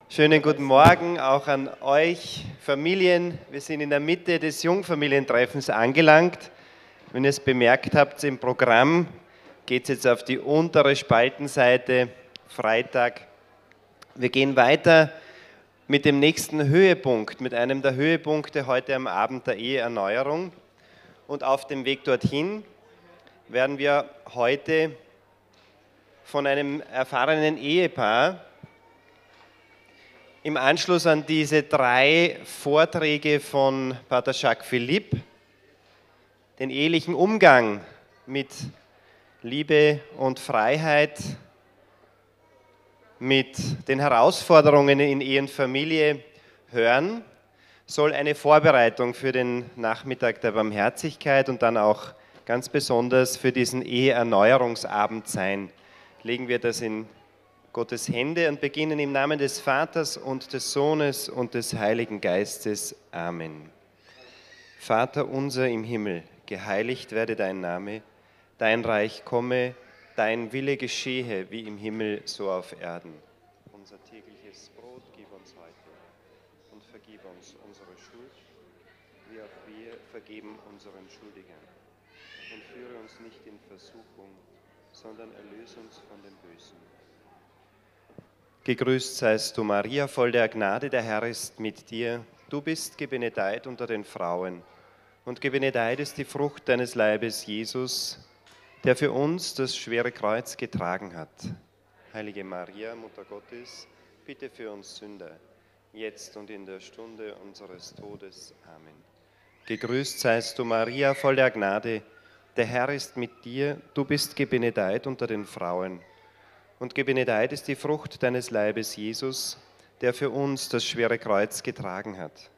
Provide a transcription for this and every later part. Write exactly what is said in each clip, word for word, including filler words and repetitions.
Schönen guten Morgen auch an euch Familien. Wir sind in der Mitte des Jungfamilientreffens angelangt. Wenn ihr es bemerkt habt, im Programm geht es jetzt auf die untere Spaltenseite, Freitag. Wir gehen weiter mit dem nächsten Höhepunkt, mit einem der Höhepunkte heute am Abend der Eheerneuerung. Und auf dem Weg dorthin werden wir heute von einem erfahrenen Ehepaar im Anschluss an diese drei Vorträge von Pater Jacques Philippe den ehelichen Umgang mit Liebe und Freiheit, mit den Herausforderungen in Ehe und Familie hören, soll eine Vorbereitung für den Nachmittag der Barmherzigkeit und dann auch ganz besonders für diesen Eheerneuerungsabend sein. Legen wir das in Gottes Hände und beginnen im Namen des Vaters und des Sohnes und des Heiligen Geistes. Amen. Vater unser im Himmel, geheiligt werde dein Name, dein Reich komme, dein Wille geschehe, wie im Himmel, so auf Erden. Unser tägliches Brot gib uns heute und vergib uns unsere Schuld, wie auch wir vergeben unseren Schuldigern. Und führe uns nicht in Versuchung, sondern erlöse uns von dem Bösen. Gegrüßt seist du, Maria, voll der Gnade, der Herr ist mit dir. Du bist gebenedeit unter den Frauen, und gebenedeit ist die Frucht deines Leibes, Jesus, der für uns das schwere Kreuz getragen hat. Heilige Maria, Mutter Gottes, bitte für uns Sünder, jetzt und in der Stunde unseres Todes. Amen. Gegrüßt seist du, Maria, voll der Gnade, der Herr ist mit dir. Du bist gebenedeit unter den Frauen, und gebenedeit ist die Frucht deines Leibes, Jesus, der für uns das schwere Kreuz getragen hat.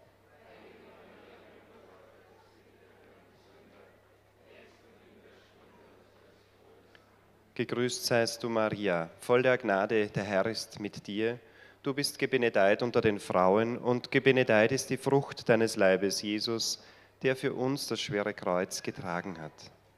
Gegrüßt seist du, Maria, voll der Gnade, der Herr ist mit dir. Du bist gebenedeit unter den Frauen, und gebenedeit ist die Frucht deines Leibes, Jesus, der für uns das schwere Kreuz getragen hat.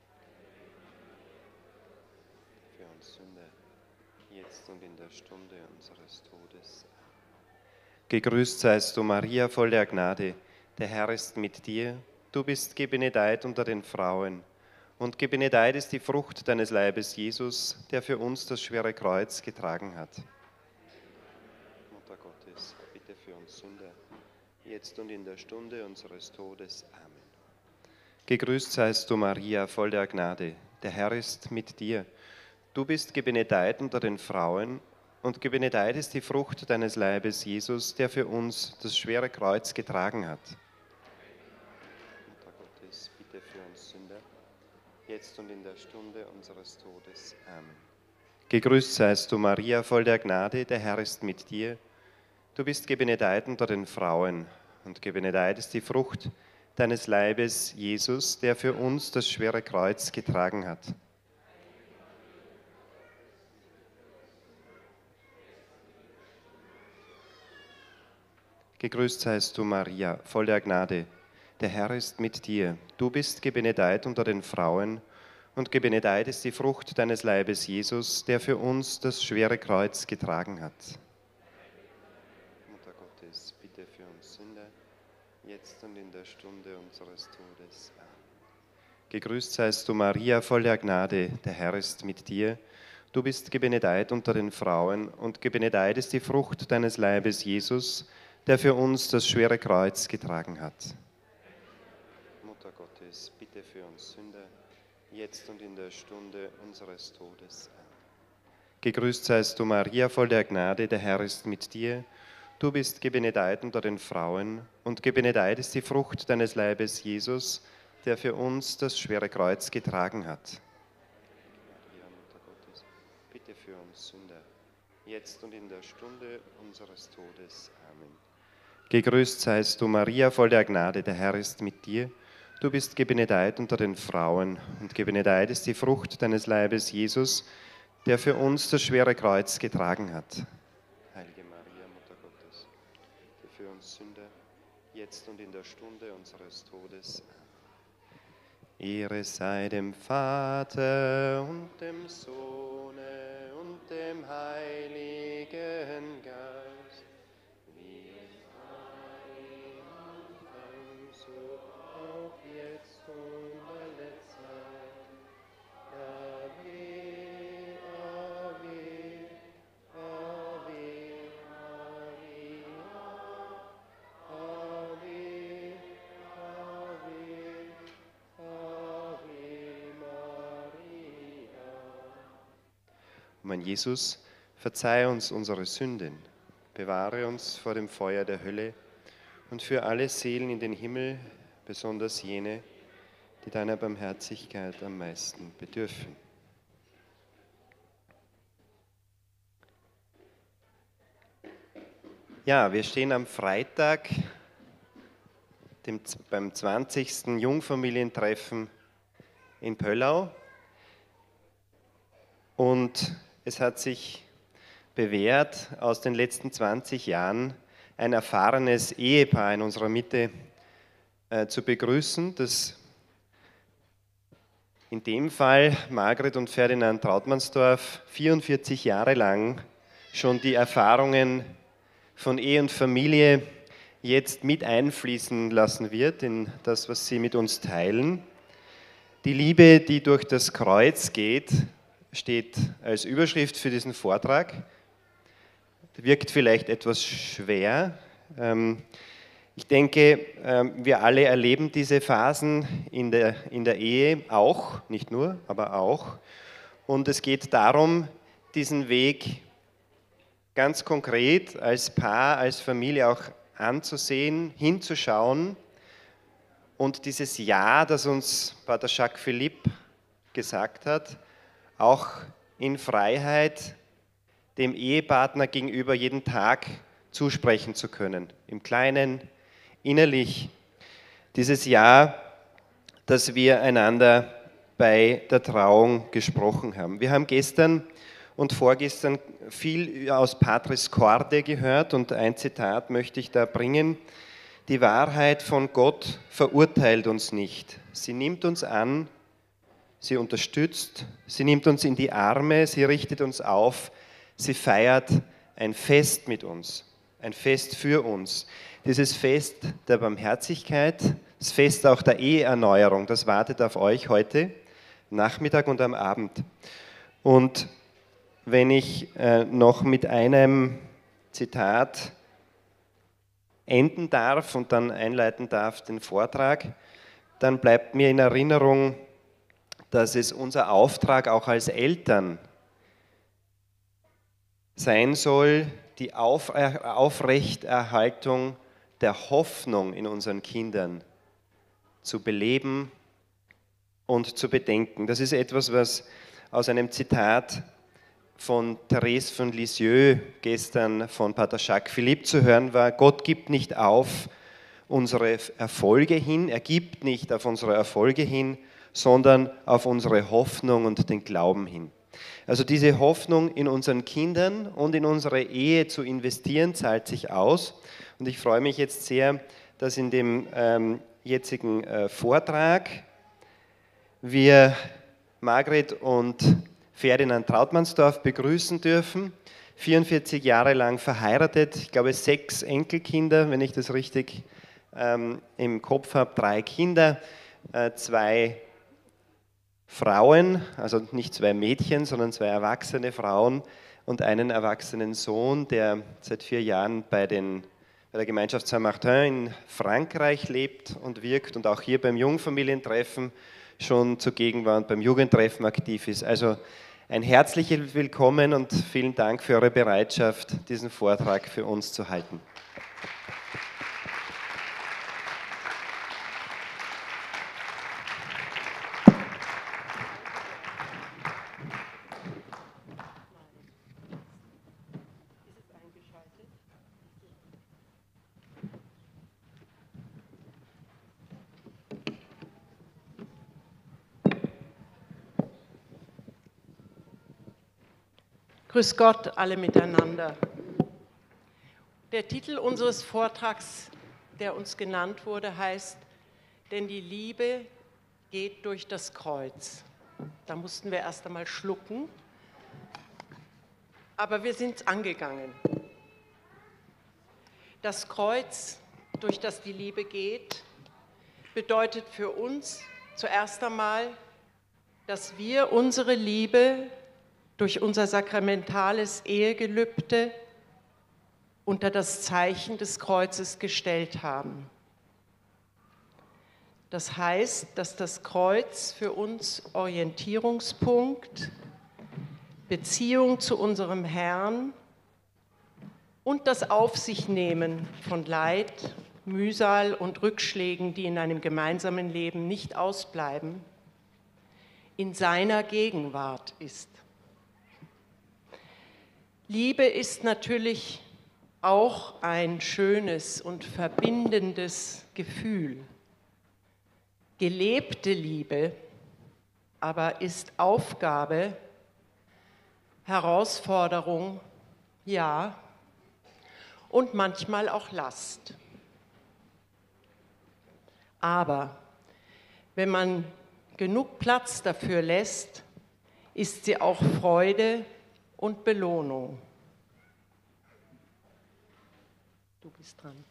Für uns Sünder, jetzt und in der Stunde unseres Todes. Gegrüßt seist du, Maria, voll der Gnade, der Herr ist mit dir. Du bist gebenedeit unter den Frauen, und gebenedeit ist die Frucht deines Leibes, Jesus, der für uns das schwere Kreuz getragen hat. Mutter Gottes, bitte für uns Sünder, jetzt und in der Stunde unseres Todes. Amen. Gegrüßt seist du, Maria, voll der Gnade, der Herr ist mit dir. Du bist gebenedeit unter den Frauen, und gebenedeit ist die Frucht deines Leibes, Jesus, der für uns das schwere Kreuz getragen hat. Mutter Gottes, bitte für uns Sünder, jetzt und in der Stunde unseres Todes. Amen. Gegrüßt seist du, Maria, voll der Gnade, der Herr ist mit dir. Du bist gebenedeit unter den Frauen, und gebenedeit ist die Frucht deines Leibes, Jesus, der für uns das schwere Kreuz getragen hat. Gegrüßt seist du, Maria, voll der Gnade, der Herr ist mit dir. Du bist gebenedeit unter den Frauen, und gebenedeit ist die Frucht deines Leibes, Jesus, der für uns das schwere Kreuz getragen hat. Mutter Gottes, bitte für uns Sünder, jetzt und in der Stunde unseres Todes. Amen. Gegrüßt seist du, Maria, voll der Gnade, der Herr ist mit dir. Du bist gebenedeit unter den Frauen, und gebenedeit ist die Frucht deines Leibes, Jesus, der für uns das schwere Kreuz getragen hat. Mutter Gottes, bitte für uns Sünder, jetzt und in der Stunde unseres Todes. Amen. Gegrüßt seist du, Maria, voll der Gnade, der Herr ist mit dir. Du bist gebenedeit unter den Frauen, und gebenedeit ist die Frucht deines Leibes, Jesus, der für uns das schwere Kreuz getragen hat. Maria, Mutter Gottes, bitte für uns Sünder, jetzt und in der Stunde unseres Todes. Amen. Gegrüßt seist du, Maria, voll der Gnade, der Herr ist mit dir. Du bist gebenedeit unter den Frauen, und gebenedeit ist die Frucht deines Leibes, Jesus, der für uns das schwere Kreuz getragen hat. Heilige Maria, Mutter Gottes, bitte für uns Sünder, jetzt und in der Stunde unseres Todes. Ehre sei dem Vater und dem Sohne und dem Heiligen Geist, mein Jesus, verzeih uns unsere Sünden, bewahre uns vor dem Feuer der Hölle und führe alle Seelen in den Himmel, besonders jene, die deiner Barmherzigkeit am meisten bedürfen. Ja, wir stehen am Freitag, dem, beim zwanzigsten Jungfamilientreffen in Pöllau, und es hat sich bewährt, aus den letzten zwanzig Jahren ein erfahrenes Ehepaar in unserer Mitte äh, zu begrüßen, das in dem Fall Margret und Ferdinand Trautmannsdorf vierundvierzig Jahre lang schon die Erfahrungen von Ehe und Familie jetzt mit einfließen lassen wird in das, was sie mit uns teilen. Die Liebe, die durch das Kreuz geht, steht als Überschrift für diesen Vortrag. Wirkt vielleicht etwas schwer. Ich denke, wir alle erleben diese Phasen in der, in der Ehe auch, nicht nur, aber auch. Und es geht darum, diesen Weg ganz konkret als Paar, als Familie auch anzusehen, hinzuschauen und dieses Ja, das uns Pater Jacques Philippe gesagt hat, auch in Freiheit dem Ehepartner gegenüber jeden Tag zusprechen zu können, im Kleinen, innerlich. Dieses Ja, das wir einander bei der Trauung gesprochen haben. Wir haben gestern und vorgestern viel aus Patris Corde gehört und ein Zitat möchte ich da bringen. Die Wahrheit von Gott verurteilt uns nicht. Sie nimmt uns an, sie unterstützt, sie nimmt uns in die Arme, sie richtet uns auf, sie feiert ein Fest mit uns, ein Fest für uns. Dieses Fest der Barmherzigkeit, das Fest auch der Eheerneuerung, das wartet auf euch heute, Nachmittag und am Abend. Und wenn ich äh, noch mit einem Zitat enden darf und dann einleiten darf den Vortrag, dann bleibt mir in Erinnerung, dass es unser Auftrag auch als Eltern sein soll, die Auf Aufrechterhaltung der Hoffnung in unseren Kindern zu beleben und zu bedenken. Das ist etwas, was aus einem Zitat von Therese von Lisieux gestern von Pater Jacques Philippe zu hören war: Gott gibt nicht auf unsere Erfolge hin, er gibt nicht auf unsere Erfolge hin, sondern auf unsere Hoffnung und den Glauben hin. Also diese Hoffnung in unseren Kindern und in unsere Ehe zu investieren, zahlt sich aus. Und ich freue mich jetzt sehr, dass in dem ähm, jetzigen äh, Vortrag wir Margret und Ferdinand Trautmannsdorf begrüßen dürfen. vierundvierzig Jahre lang verheiratet, ich glaube sechs Enkelkinder, wenn ich das richtig ähm, im Kopf habe, drei Kinder, äh, zwei Frauen, also nicht zwei Mädchen, sondern zwei erwachsene Frauen und einen erwachsenen Sohn, der seit vier Jahren bei, den, bei der Gemeinschaft Saint-Martin in Frankreich lebt und wirkt und auch hier beim Jungfamilientreffen schon zugegen war und beim Jugendtreffen aktiv ist. Also ein herzliches Willkommen und vielen Dank für eure Bereitschaft, diesen Vortrag für uns zu halten. Grüß Gott alle miteinander. Der Titel unseres Vortrags, der uns genannt wurde, heißt: Denn die Liebe geht durch das Kreuz. Da mussten wir erst einmal schlucken, aber wir sind angegangen. Das Kreuz, durch das die Liebe geht, bedeutet für uns zuerst einmal, dass wir unsere Liebe durch unser sakramentales Ehegelübde unter das Zeichen des Kreuzes gestellt haben. Das heißt, dass das Kreuz für uns Orientierungspunkt, Beziehung zu unserem Herrn und das Auf sich nehmen von Leid, Mühsal und Rückschlägen, die in einem gemeinsamen Leben nicht ausbleiben, in seiner Gegenwart ist. Liebe ist natürlich auch ein schönes und verbindendes Gefühl. Gelebte Liebe aber ist Aufgabe, Herausforderung, ja, und manchmal auch Last. Aber wenn man genug Platz dafür lässt, ist sie auch Freude und Belohnung. Du bist dran.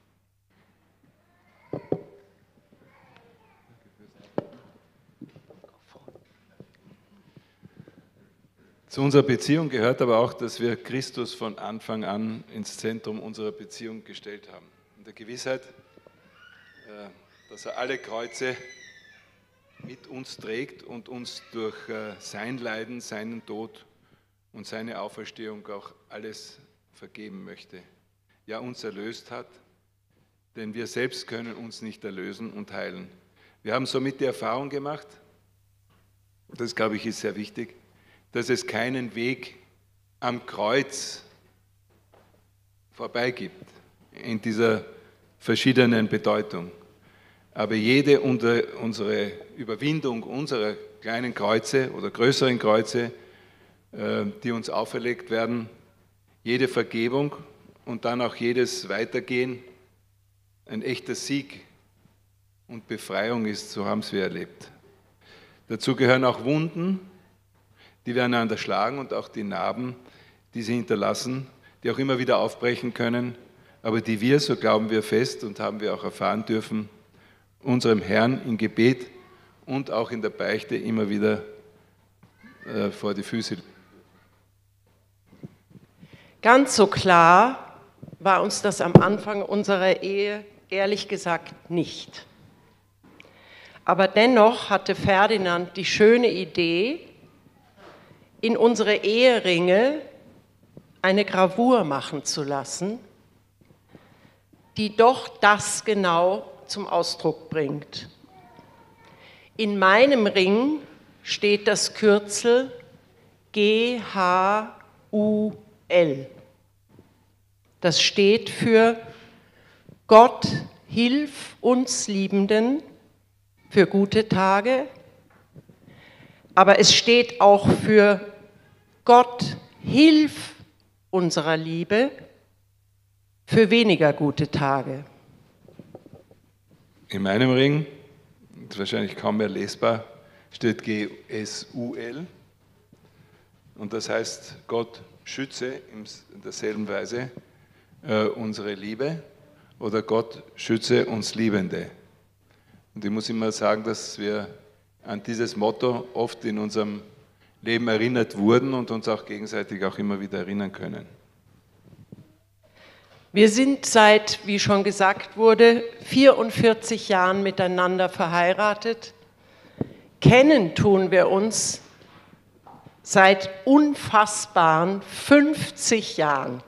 Zu unserer Beziehung gehört aber auch, dass wir Christus von Anfang an ins Zentrum unserer Beziehung gestellt haben. In der Gewissheit, dass er alle Kreuze mit uns trägt und uns durch sein Leiden, seinen Tod und seine Auferstehung auch alles vergeben möchte. Ja, uns erlöst hat, denn wir selbst können uns nicht erlösen und heilen. Wir haben somit die Erfahrung gemacht, das glaube ich ist sehr wichtig, dass es keinen Weg am Kreuz vorbei gibt, in dieser verschiedenen Bedeutung. Aber jede unsere Überwindung unserer kleinen Kreuze oder größeren Kreuze, die uns auferlegt werden, jede Vergebung und dann auch jedes Weitergehen ein echter Sieg und Befreiung ist, so haben es wir erlebt. Dazu gehören auch Wunden, die wir einander schlagen und auch die Narben, die sie hinterlassen, die auch immer wieder aufbrechen können, aber die wir, so glauben wir fest und haben wir auch erfahren dürfen, unserem Herrn im Gebet und auch in der Beichte immer wieder äh, vor die Füße. Ganz so klar war uns das am Anfang unserer Ehe ehrlich gesagt nicht. Aber dennoch hatte Ferdinand die schöne Idee, in unsere Eheringe eine Gravur machen zu lassen, die doch das genau zum Ausdruck bringt. In meinem Ring steht das Kürzel G H U L. Das steht für Gott, hilf uns Liebenden für gute Tage, aber es steht auch für Gott, hilf unserer Liebe für weniger gute Tage. In meinem Ring, das ist wahrscheinlich kaum mehr lesbar, steht G S U L und das heißt, Gott schütze in derselben Weise äh, unsere Liebe oder Gott schütze uns Liebende. Und ich muss immer sagen, dass wir an dieses Motto oft in unserem Leben erinnert wurden und uns auch gegenseitig auch immer wieder erinnern können. Wir sind seit, wie schon gesagt wurde, vierundvierzig Jahren miteinander verheiratet. Kennen tun wir uns seit unfassbaren fünfzig Jahren.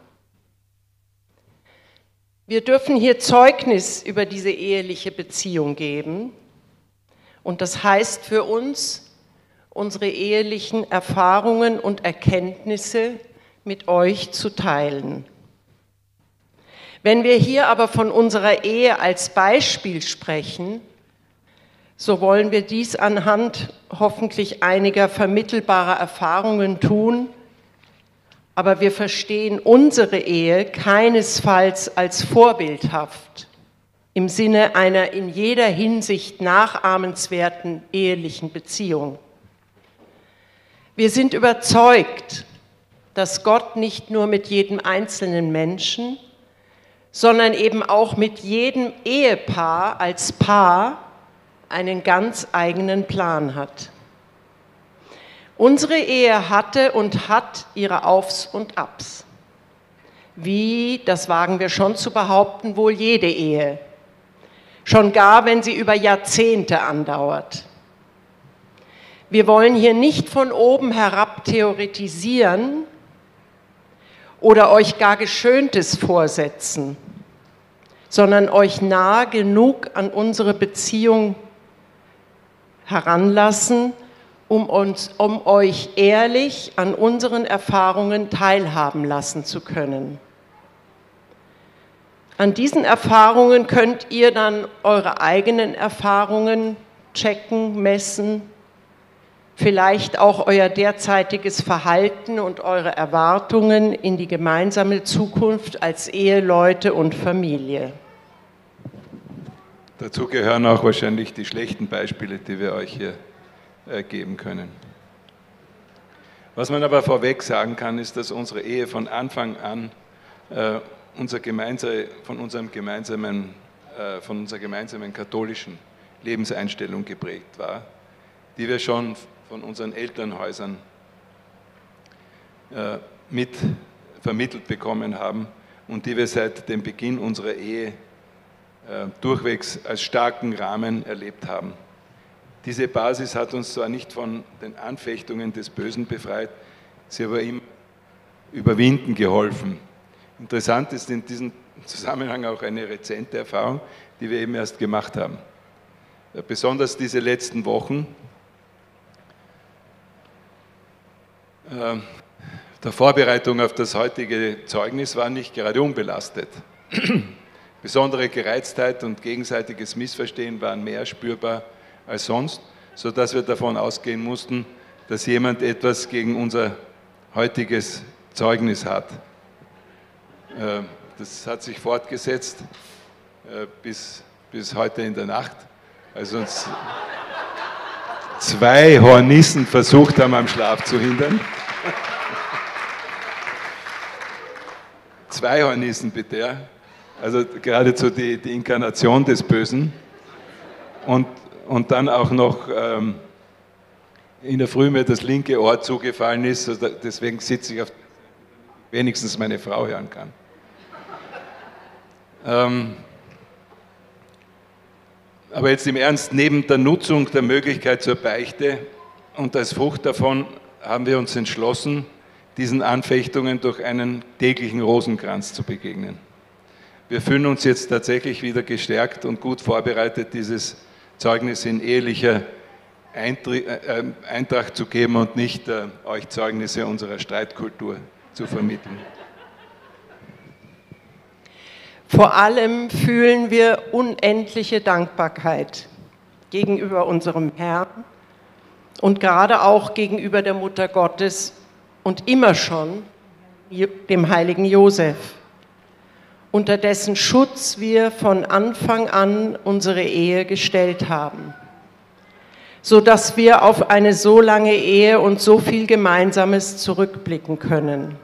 Wir dürfen hier Zeugnis über diese eheliche Beziehung geben. Und das heißt für uns, unsere ehelichen Erfahrungen und Erkenntnisse mit euch zu teilen. Wenn wir hier aber von unserer Ehe als Beispiel sprechen, so wollen wir dies anhand hoffentlich einiger vermittelbarer Erfahrungen tun, aber wir verstehen unsere Ehe keinesfalls als vorbildhaft im Sinne einer in jeder Hinsicht nachahmenswerten ehelichen Beziehung. Wir sind überzeugt, dass Gott nicht nur mit jedem einzelnen Menschen, sondern eben auch mit jedem Ehepaar als Paar einen ganz eigenen Plan hat. Unsere Ehe hatte und hat ihre Aufs und Abs. Wie, das wagen wir schon zu behaupten, wohl jede Ehe. Schon gar, wenn sie über Jahrzehnte andauert. Wir wollen hier nicht von oben herab theoretisieren oder euch gar Geschöntes vorsetzen, sondern euch nah genug an unsere Beziehung heranlassen, um, uns, um euch ehrlich an unseren Erfahrungen teilhaben lassen zu können. An diesen Erfahrungen könnt ihr dann eure eigenen Erfahrungen checken, messen, vielleicht auch euer derzeitiges Verhalten und eure Erwartungen in die gemeinsame Zukunft als Eheleute und Familie. Dazu gehören auch wahrscheinlich die schlechten Beispiele, die wir euch hier äh, geben können. Was man aber vorweg sagen kann, ist, dass unsere Ehe von Anfang an äh, unser gemeinsame, von, unserem gemeinsamen, äh, von unserer gemeinsamen katholischen Lebenseinstellung geprägt war, die wir schon von unseren Elternhäusern äh, mit vermittelt bekommen haben und die wir seit dem Beginn unserer Ehe äh, durchwegs als starken Rahmen erlebt haben. Diese Basis hat uns zwar nicht von den Anfechtungen des Bösen befreit, sie aber ihm überwinden geholfen. Interessant ist in diesem Zusammenhang auch eine rezente Erfahrung, die wir eben erst gemacht haben. Besonders diese letzten Wochen äh, der Vorbereitung auf das heutige Zeugnis waren nicht gerade unbelastet. Besondere Gereiztheit und gegenseitiges Missverstehen waren mehr spürbar als sonst, sodass wir davon ausgehen mussten, dass jemand etwas gegen unser heutiges Zeugnis hat. Das hat sich fortgesetzt bis, bis heute in der Nacht, als uns zwei Hornissen versucht haben, am Schlaf zu hindern. Zwei Hornissen bitte, ja. Also geradezu die, die Inkarnation des Bösen. Und, und dann auch noch ähm, in der Früh mir das linke Ohr zugefallen ist, also deswegen sitze ich auf, wenigstens meine Frau hören kann. Ähm, aber jetzt im Ernst, neben der Nutzung der Möglichkeit zur Beichte und als Frucht davon haben wir uns entschlossen, diesen Anfechtungen durch einen täglichen Rosenkranz zu begegnen. Wir fühlen uns jetzt tatsächlich wieder gestärkt und gut vorbereitet, dieses Zeugnis in ehelicher Eintracht zu geben und nicht äh, euch Zeugnisse unserer Streitkultur zu vermitteln. Vor allem fühlen wir unendliche Dankbarkeit gegenüber unserem Herrn und gerade auch gegenüber der Mutter Gottes und immer schon dem heiligen Josef, unter dessen Schutz wir von Anfang an unsere Ehe gestellt haben, sodass wir auf eine so lange Ehe und so viel Gemeinsames zurückblicken können.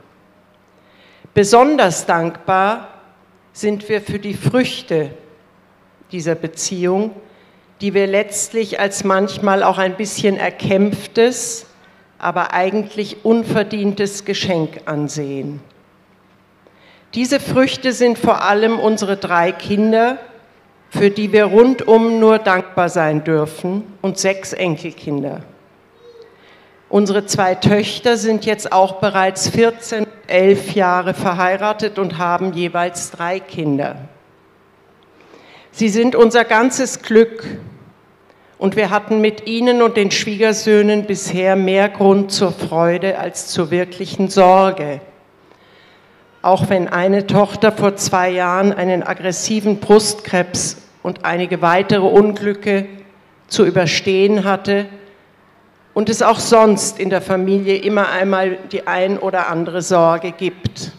Besonders dankbar sind wir für die Früchte dieser Beziehung, die wir letztlich als manchmal auch ein bisschen erkämpftes, aber eigentlich unverdientes Geschenk ansehen. Diese Früchte sind vor allem unsere drei Kinder, für die wir rundum nur dankbar sein dürfen, und sechs Enkelkinder. Unsere zwei Töchter sind jetzt auch bereits vierzehn, elf Jahre verheiratet und haben jeweils drei Kinder. Sie sind unser ganzes Glück und wir hatten mit ihnen und den Schwiegersöhnen bisher mehr Grund zur Freude als zur wirklichen Sorge. Auch wenn eine Tochter vor zwei Jahren einen aggressiven Brustkrebs und einige weitere Unglücke zu überstehen hatte, und es auch sonst in der Familie immer einmal die ein oder andere Sorge gibt.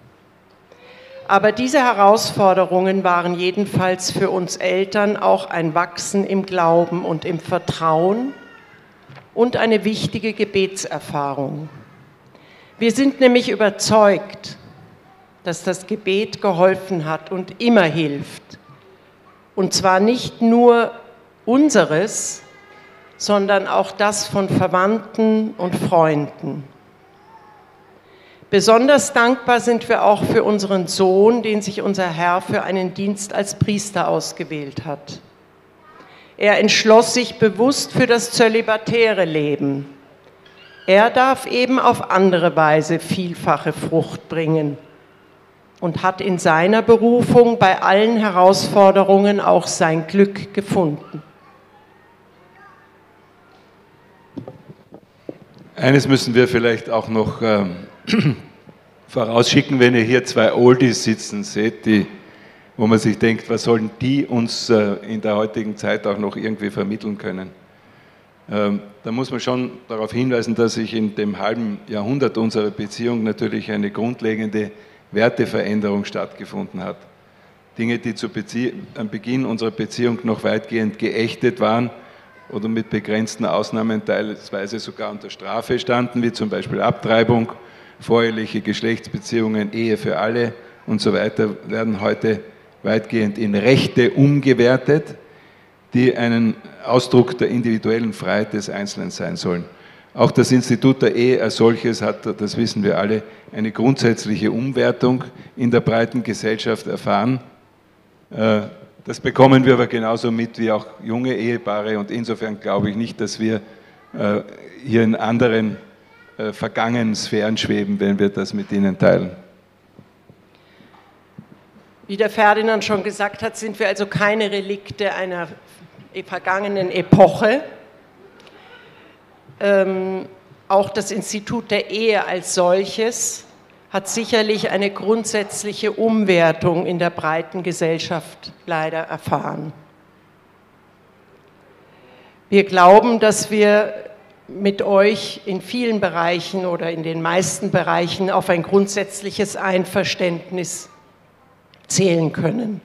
Aber diese Herausforderungen waren jedenfalls für uns Eltern auch ein Wachsen im Glauben und im Vertrauen und eine wichtige Gebetserfahrung. Wir sind nämlich überzeugt, dass das Gebet geholfen hat und immer hilft. Und zwar nicht nur unseres, sondern auch das von Verwandten und Freunden. Besonders dankbar sind wir auch für unseren Sohn, den sich unser Herr für einen Dienst als Priester ausgewählt hat. Er entschloss sich bewusst für das zölibatäre Leben. Er darf eben auf andere Weise vielfache Frucht bringen und hat in seiner Berufung bei allen Herausforderungen auch sein Glück gefunden. Eines müssen wir vielleicht auch noch ähm, vorausschicken, wenn ihr hier zwei Oldies sitzen seht, die, wo man sich denkt, was sollen die uns äh, in der heutigen Zeit auch noch irgendwie vermitteln können. Ähm, da muss man schon darauf hinweisen, dass sich in dem halben Jahrhundert unserer Beziehung natürlich eine grundlegende Werteveränderung stattgefunden hat. Dinge, die zu Bezie- am Beginn unserer Beziehung noch weitgehend geächtet waren oder mit begrenzten Ausnahmen teilweise sogar unter Strafe standen, wie zum Beispiel Abtreibung, voreheliche Geschlechtsbeziehungen, Ehe für alle und so weiter, werden heute weitgehend in Rechte umgewertet, die einen Ausdruck der individuellen Freiheit des Einzelnen sein sollen. Auch das Institut der Ehe als solches hat, das wissen wir alle, eine grundsätzliche Umwertung in der breiten Gesellschaft erfahren. Das bekommen wir aber genauso mit wie auch junge Ehepaare und insofern glaube ich nicht, dass wir hier in anderen vergangenen Sphären schweben, wenn wir das mit ihnen teilen. Wie der Ferdinand schon gesagt hat, sind wir also keine Relikte einer vergangenen Epoche. Ähm, auch das Institut der Ehe als solches hat sicherlich eine grundsätzliche Umwertung in der breiten Gesellschaft leider erfahren. Wir glauben, dass wir mit euch in vielen Bereichen oder in den meisten Bereichen auf ein grundsätzliches Einverständnis zählen können.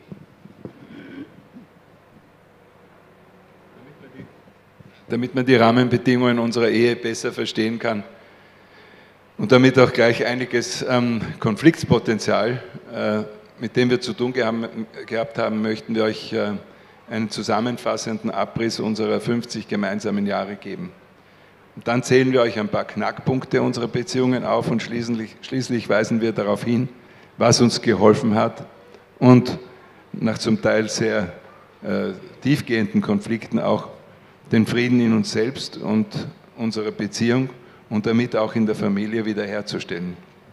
Damit man die Rahmenbedingungen unserer Ehe besser verstehen kann und damit auch gleich einiges am Konfliktpotenzial, äh, mit dem wir zu tun gehabt haben, möchten wir euch äh, einen zusammenfassenden Abriss unserer fünfzig gemeinsamen Jahre geben. Und dann zählen wir euch ein paar Knackpunkte unserer Beziehungen auf und schließlich, schließlich weisen wir darauf hin, was uns geholfen hat und nach zum Teil sehr äh, tiefgehenden Konflikten auch den Frieden in uns selbst und unserer Beziehung und damit auch in der Familie wiederherzustellen.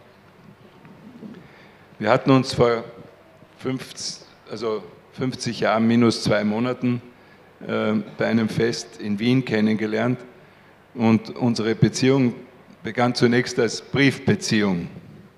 Wir hatten uns vor fünfzig, also fünfzig Jahren minus zwei Monaten äh, bei einem Fest in Wien kennengelernt und unsere Beziehung begann zunächst als Briefbeziehung.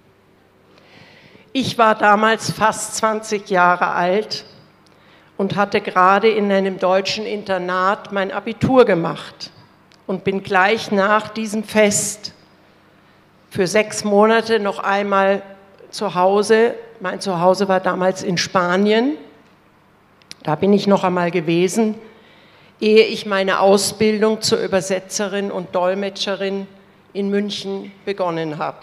Ich war damals fast zwanzig Jahre alt und hatte gerade in einem deutschen Internat mein Abitur gemacht und bin gleich nach diesem Fest für sechs Monate noch einmal zu Hause. Mein Zuhause war damals in Spanien. Da bin ich noch einmal gewesen, ehe ich meine Ausbildung zur Übersetzerin und Dolmetscherin in München begonnen habe.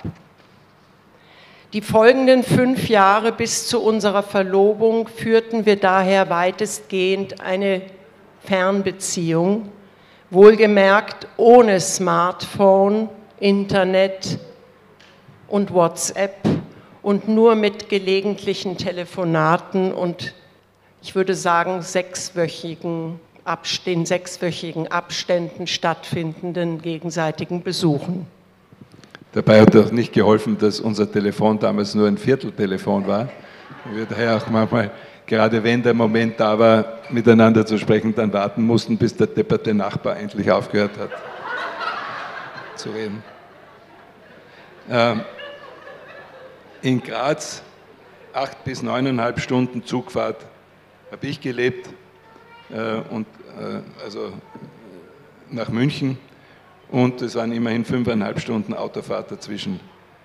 Die folgenden fünf Jahre bis zu unserer Verlobung führten wir daher weitestgehend eine Fernbeziehung, wohlgemerkt ohne Smartphone, Internet und WhatsApp und nur mit gelegentlichen Telefonaten und ich würde sagen sechswöchigen in sechswöchigen Abständen stattfindenden gegenseitigen Besuchen. Dabei hat auch nicht geholfen, dass unser Telefon damals nur ein Vierteltelefon war. Wir daher auch manchmal, gerade wenn der Moment da war, miteinander zu sprechen, dann warten mussten, bis der depperte Nachbar endlich aufgehört hat zu reden. Ähm, in Graz, acht bis neuneinhalb Stunden Zugfahrt, habe ich gelebt äh, und äh, also nach München. Und es waren immerhin fünfeinhalb Stunden Autofahrt dazwischen.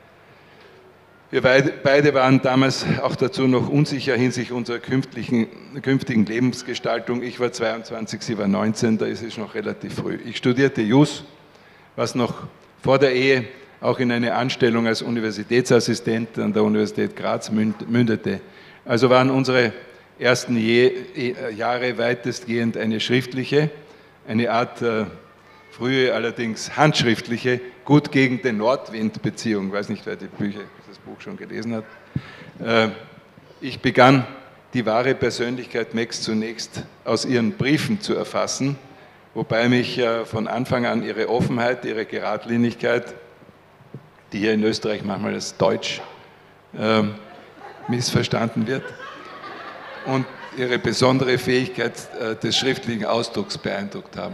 Wir beide waren damals auch dazu noch unsicher hinsichtlich unserer künftigen, künftigen Lebensgestaltung. Ich war zweiundzwanzig, sie war neunzehn, da ist es noch relativ früh. Ich studierte Jus, was noch vor der Ehe auch in eine Anstellung als Universitätsassistent an der Universität Graz mündete. Also waren unsere ersten Jahre weitestgehend eine schriftliche, eine Art äh, frühe, allerdings handschriftliche, gut gegen den Nordwind-Beziehung. Ich weiß nicht, wer die Bücher, das Buch schon gelesen hat. Ich begann die wahre Persönlichkeit Megs zunächst aus ihren Briefen zu erfassen, wobei mich von Anfang an ihre Offenheit, ihre Geradlinigkeit, die hier in Österreich manchmal als Deutsch äh, missverstanden wird, und ihre besondere Fähigkeit äh, des schriftlichen Ausdrucks beeindruckt haben.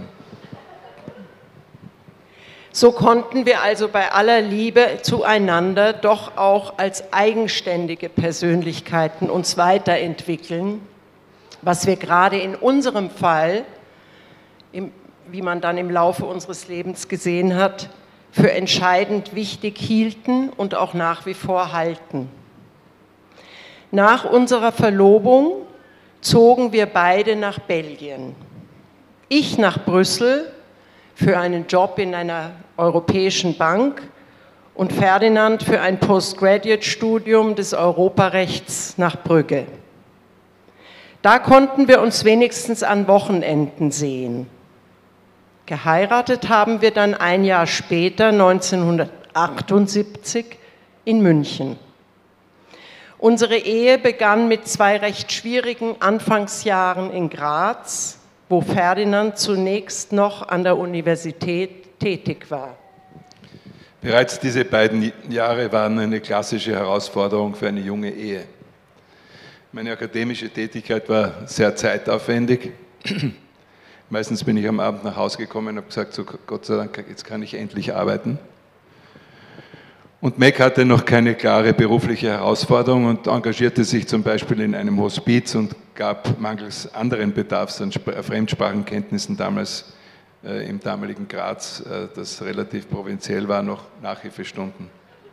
So konnten wir also bei aller Liebe zueinander doch auch als eigenständige Persönlichkeiten uns weiterentwickeln, was wir gerade in unserem Fall, im, wie man dann im Laufe unseres Lebens gesehen hat, für entscheidend wichtig hielten und auch nach wie vor halten. Nach unserer Verlobung zogen wir beide nach Belgien. Ich nach Brüssel für einen Job in einer europäischen Bank und Ferdinand für ein Postgraduate-Studium des Europarechts nach Brügge. Da konnten wir uns wenigstens an Wochenenden sehen. Geheiratet haben wir dann ein Jahr später, neunzehnhundertachtundsiebzig, in München. Unsere Ehe begann mit zwei recht schwierigen Anfangsjahren in Graz, wo Ferdinand zunächst noch an der Universität tätig war. Bereits diese beiden Jahre waren eine klassische Herausforderung für eine junge Ehe. Meine akademische Tätigkeit war sehr zeitaufwendig. Meistens bin ich am Abend nach Hause gekommen und habe gesagt, so Gott sei Dank, jetzt kann ich endlich arbeiten. Und Meg hatte noch keine klare berufliche Herausforderung und engagierte sich zum Beispiel in einem Hospiz und gab mangels anderen Bedarfs an Fremdsprachenkenntnissen damals äh, im damaligen Graz, äh, das relativ provinziell war, noch Nachhilfestunden.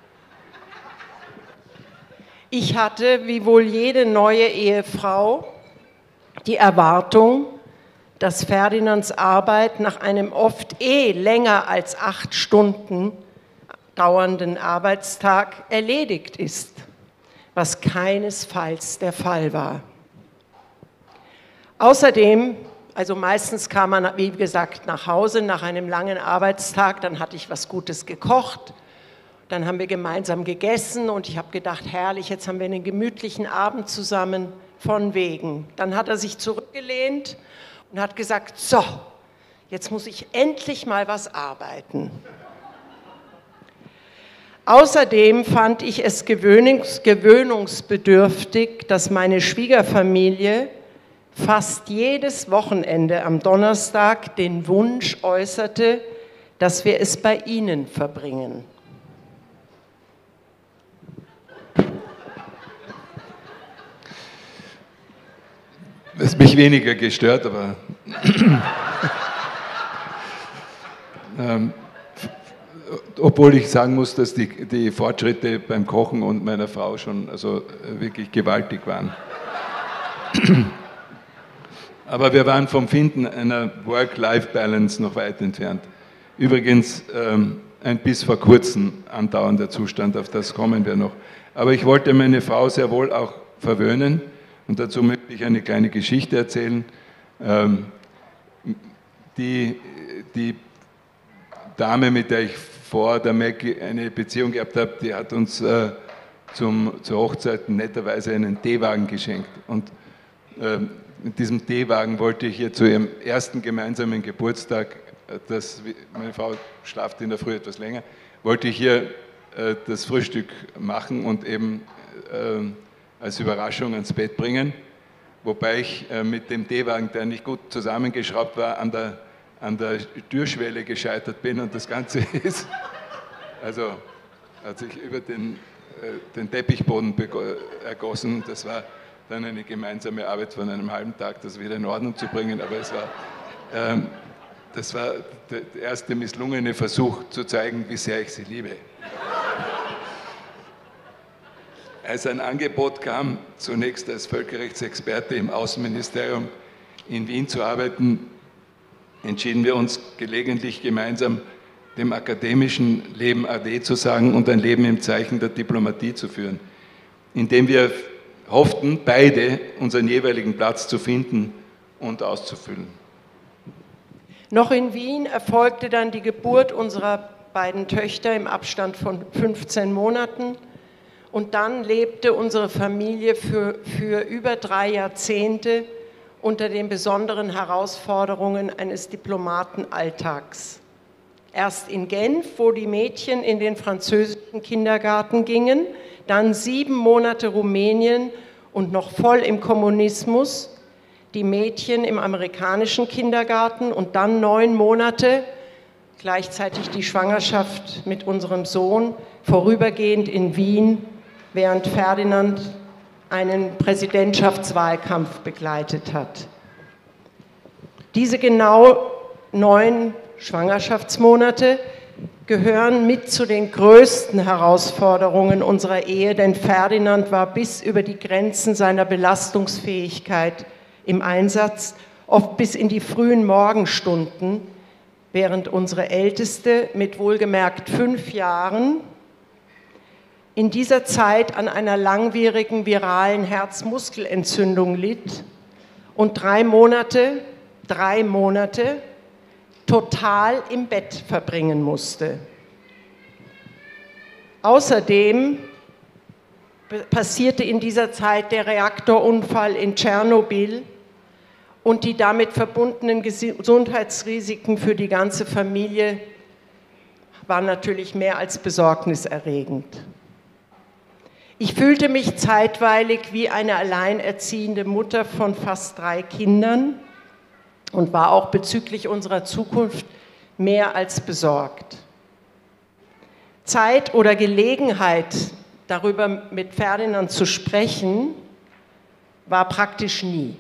Ich hatte, wie wohl jede neue Ehefrau, die Erwartung, dass Ferdinands Arbeit nach einem oft eh länger als acht Stunden dauernden Arbeitstag erledigt ist, was keinesfalls der Fall war. Außerdem, also meistens kam man, wie gesagt, nach Hause nach einem langen Arbeitstag, dann hatte ich was Gutes gekocht, dann haben wir gemeinsam gegessen und ich habe gedacht, herrlich, jetzt haben wir einen gemütlichen Abend zusammen, von wegen. Dann hat er sich zurückgelehnt und hat gesagt, so, jetzt muss ich endlich mal was arbeiten. Außerdem fand ich es gewöhnungs- gewöhnungsbedürftig, dass meine Schwiegerfamilie fast jedes Wochenende am Donnerstag den Wunsch äußerte, dass wir es bei ihnen verbringen. Das hat mich weniger gestört, aber ähm, obwohl ich sagen muss, dass die, die Fortschritte beim Kochen und meiner Frau schon also wirklich gewaltig waren. Aber wir waren vom Finden einer Work-Life-Balance noch weit entfernt. Übrigens ähm, ein bis vor kurzem andauernder Zustand, auf das kommen wir noch. Aber ich wollte meine Frau sehr wohl auch verwöhnen und dazu möchte ich eine kleine Geschichte erzählen. Ähm, die, die Dame, mit der ich vor der Meg eine Beziehung gehabt habe, die hat uns äh, zum, zur Hochzeit netterweise einen Teewagen geschenkt. Und äh, mit diesem Teewagen wollte ich ihr zu ihrem ersten gemeinsamen Geburtstag, das, meine Frau schlaft in der Früh etwas länger, wollte ich ihr äh, das Frühstück machen und eben äh, als Überraschung ans Bett bringen. Wobei ich äh, mit dem Teewagen, der nicht gut zusammengeschraubt war, an der an der Türschwelle gescheitert bin und das Ganze ist, also hat sich über den, äh, den Teppichboden ergossen. Das war dann eine gemeinsame Arbeit von einem halben Tag, das wieder in Ordnung zu bringen, aber es war, ähm, das war der erste misslungene Versuch zu zeigen, wie sehr ich sie liebe. Als ein Angebot kam, zunächst als Völkerrechtsexperte im Außenministerium in Wien zu arbeiten, entschieden wir uns gelegentlich gemeinsam dem akademischen Leben Ade zu sagen und ein Leben im Zeichen der Diplomatie zu führen, indem wir hofften, beide unseren jeweiligen Platz zu finden und auszufüllen. Noch in Wien erfolgte dann die Geburt unserer beiden Töchter im Abstand von fünfzehn Monaten Und dann lebte unsere Familie für, für über drei Jahrzehnte unter den besonderen Herausforderungen eines Diplomatenalltags. Erst in Genf, wo die Mädchen in den französischen Kindergarten gingen, dann sieben Monate Rumänien und noch voll im Kommunismus, die Mädchen im amerikanischen Kindergarten und dann neun Monate, gleichzeitig die Schwangerschaft mit unserem Sohn, vorübergehend in Wien, während Ferdinand einen Präsidentschaftswahlkampf begleitet hat. Diese genau neun Schwangerschaftsmonate gehören mit zu den größten Herausforderungen unserer Ehe, denn Ferdinand war bis über die Grenzen seiner Belastungsfähigkeit im Einsatz, oft bis in die frühen Morgenstunden, während unsere Älteste mit wohlgemerkt fünf Jahren in dieser Zeit an einer langwierigen viralen Herzmuskelentzündung litt und drei Monate, drei Monate total im Bett verbringen musste. Außerdem passierte in dieser Zeit der Reaktorunfall in Tschernobyl und die damit verbundenen Gesundheitsrisiken für die ganze Familie waren natürlich mehr als besorgniserregend. Ich fühlte mich zeitweilig wie eine alleinerziehende Mutter von fast drei Kindern und war auch bezüglich unserer Zukunft mehr als besorgt. Zeit oder Gelegenheit, darüber mit Ferdinand zu sprechen, war praktisch nie.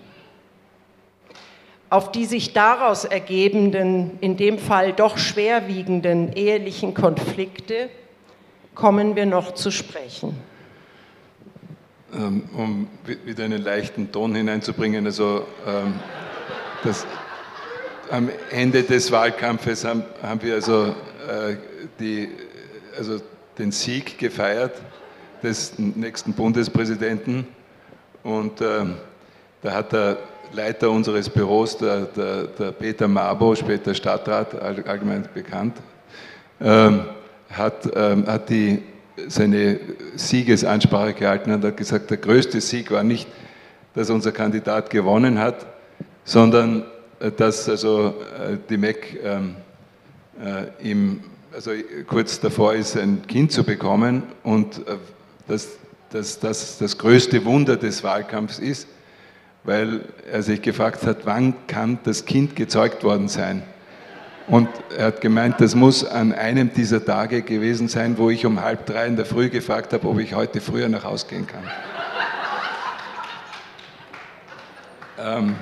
Auf die sich daraus ergebenden, in dem Fall doch schwerwiegenden ehelichen Konflikte kommen wir noch zu sprechen. Um wieder einen leichten Ton hineinzubringen, also ähm, das, am Ende des Wahlkampfes haben, haben wir also, äh, die, also den Sieg gefeiert des nächsten Bundespräsidenten und äh, da hat der Leiter unseres Büros, der, der, der Peter Mabo, später Stadtrat, allgemein bekannt, äh, hat, äh, hat die seine Siegesansprache gehalten und hat gesagt, der größte Sieg war nicht, dass unser Kandidat gewonnen hat, sondern dass also die M E C ähm, äh, ihm, also kurz davor ist, ein Kind zu bekommen und äh, dass das das, das größte Wunder des Wahlkampfs ist, weil er sich gefragt hat, wann kann das Kind gezeugt worden sein? Und er hat gemeint, das muss an einem dieser Tage gewesen sein, wo ich um halb drei in der Früh gefragt habe, ob ich heute früher nach Hause gehen kann. ähm,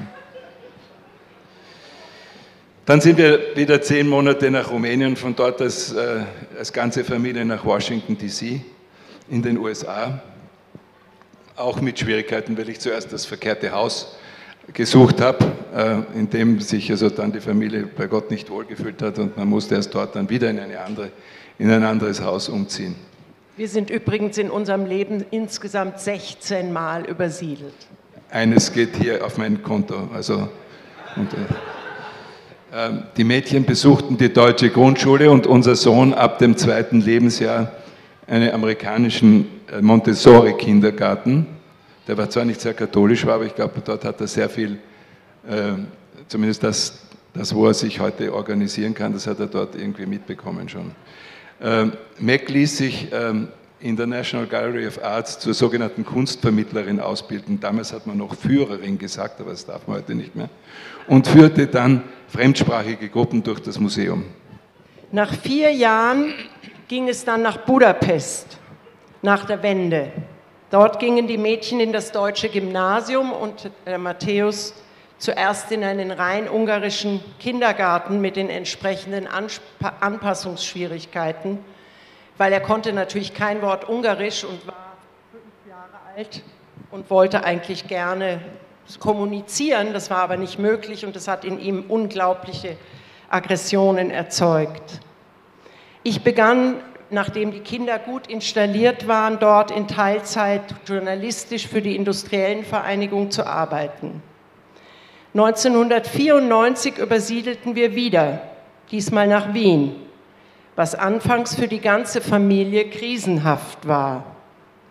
dann sind wir wieder zehn Monate nach Rumänien, von dort als, äh, als ganze Familie nach Washington D C in den U S A. Auch mit Schwierigkeiten, weil ich zuerst das verkehrte Haus gesucht habe, in dem sich also dann die Familie bei Gott nicht wohlgefühlt hat und man musste erst dort dann wieder in, eine andere, in ein anderes Haus umziehen. Wir sind übrigens in unserem Leben insgesamt sechzehn Mal übersiedelt. Eines geht hier auf mein Konto. Also, und, äh, die Mädchen besuchten die deutsche Grundschule und unser Sohn ab dem zweiten Lebensjahr einen amerikanischen Montessori-Kindergarten. Der war zwar nicht sehr katholisch, aber ich glaube, dort hat er sehr viel, äh, zumindest das, das, wo er sich heute organisieren kann, das hat er dort irgendwie mitbekommen schon. Ähm, Meg ließ sich ähm, in der National Gallery of Arts zur sogenannten Kunstvermittlerin ausbilden. Damals hat man noch Führerin gesagt, aber das darf man heute nicht mehr. Und führte dann fremdsprachige Gruppen durch das Museum. Nach vier Jahren ging es dann nach Budapest, nach der Wende. Dort gingen die Mädchen in das deutsche Gymnasium und der Matthäus zuerst in einen rein ungarischen Kindergarten mit den entsprechenden Ansp- Anpassungsschwierigkeiten, weil er konnte natürlich kein Wort Ungarisch und war fünf Jahre alt und wollte eigentlich gerne kommunizieren, das war aber nicht möglich und das hat in ihm unglaubliche Aggressionen erzeugt. Ich begann, nachdem die Kinder gut installiert waren, dort in Teilzeit journalistisch für die Industriellenvereinigung zu arbeiten. neunzehnhundertvierundneunzig übersiedelten wir wieder, diesmal nach Wien, was anfangs für die ganze Familie krisenhaft war.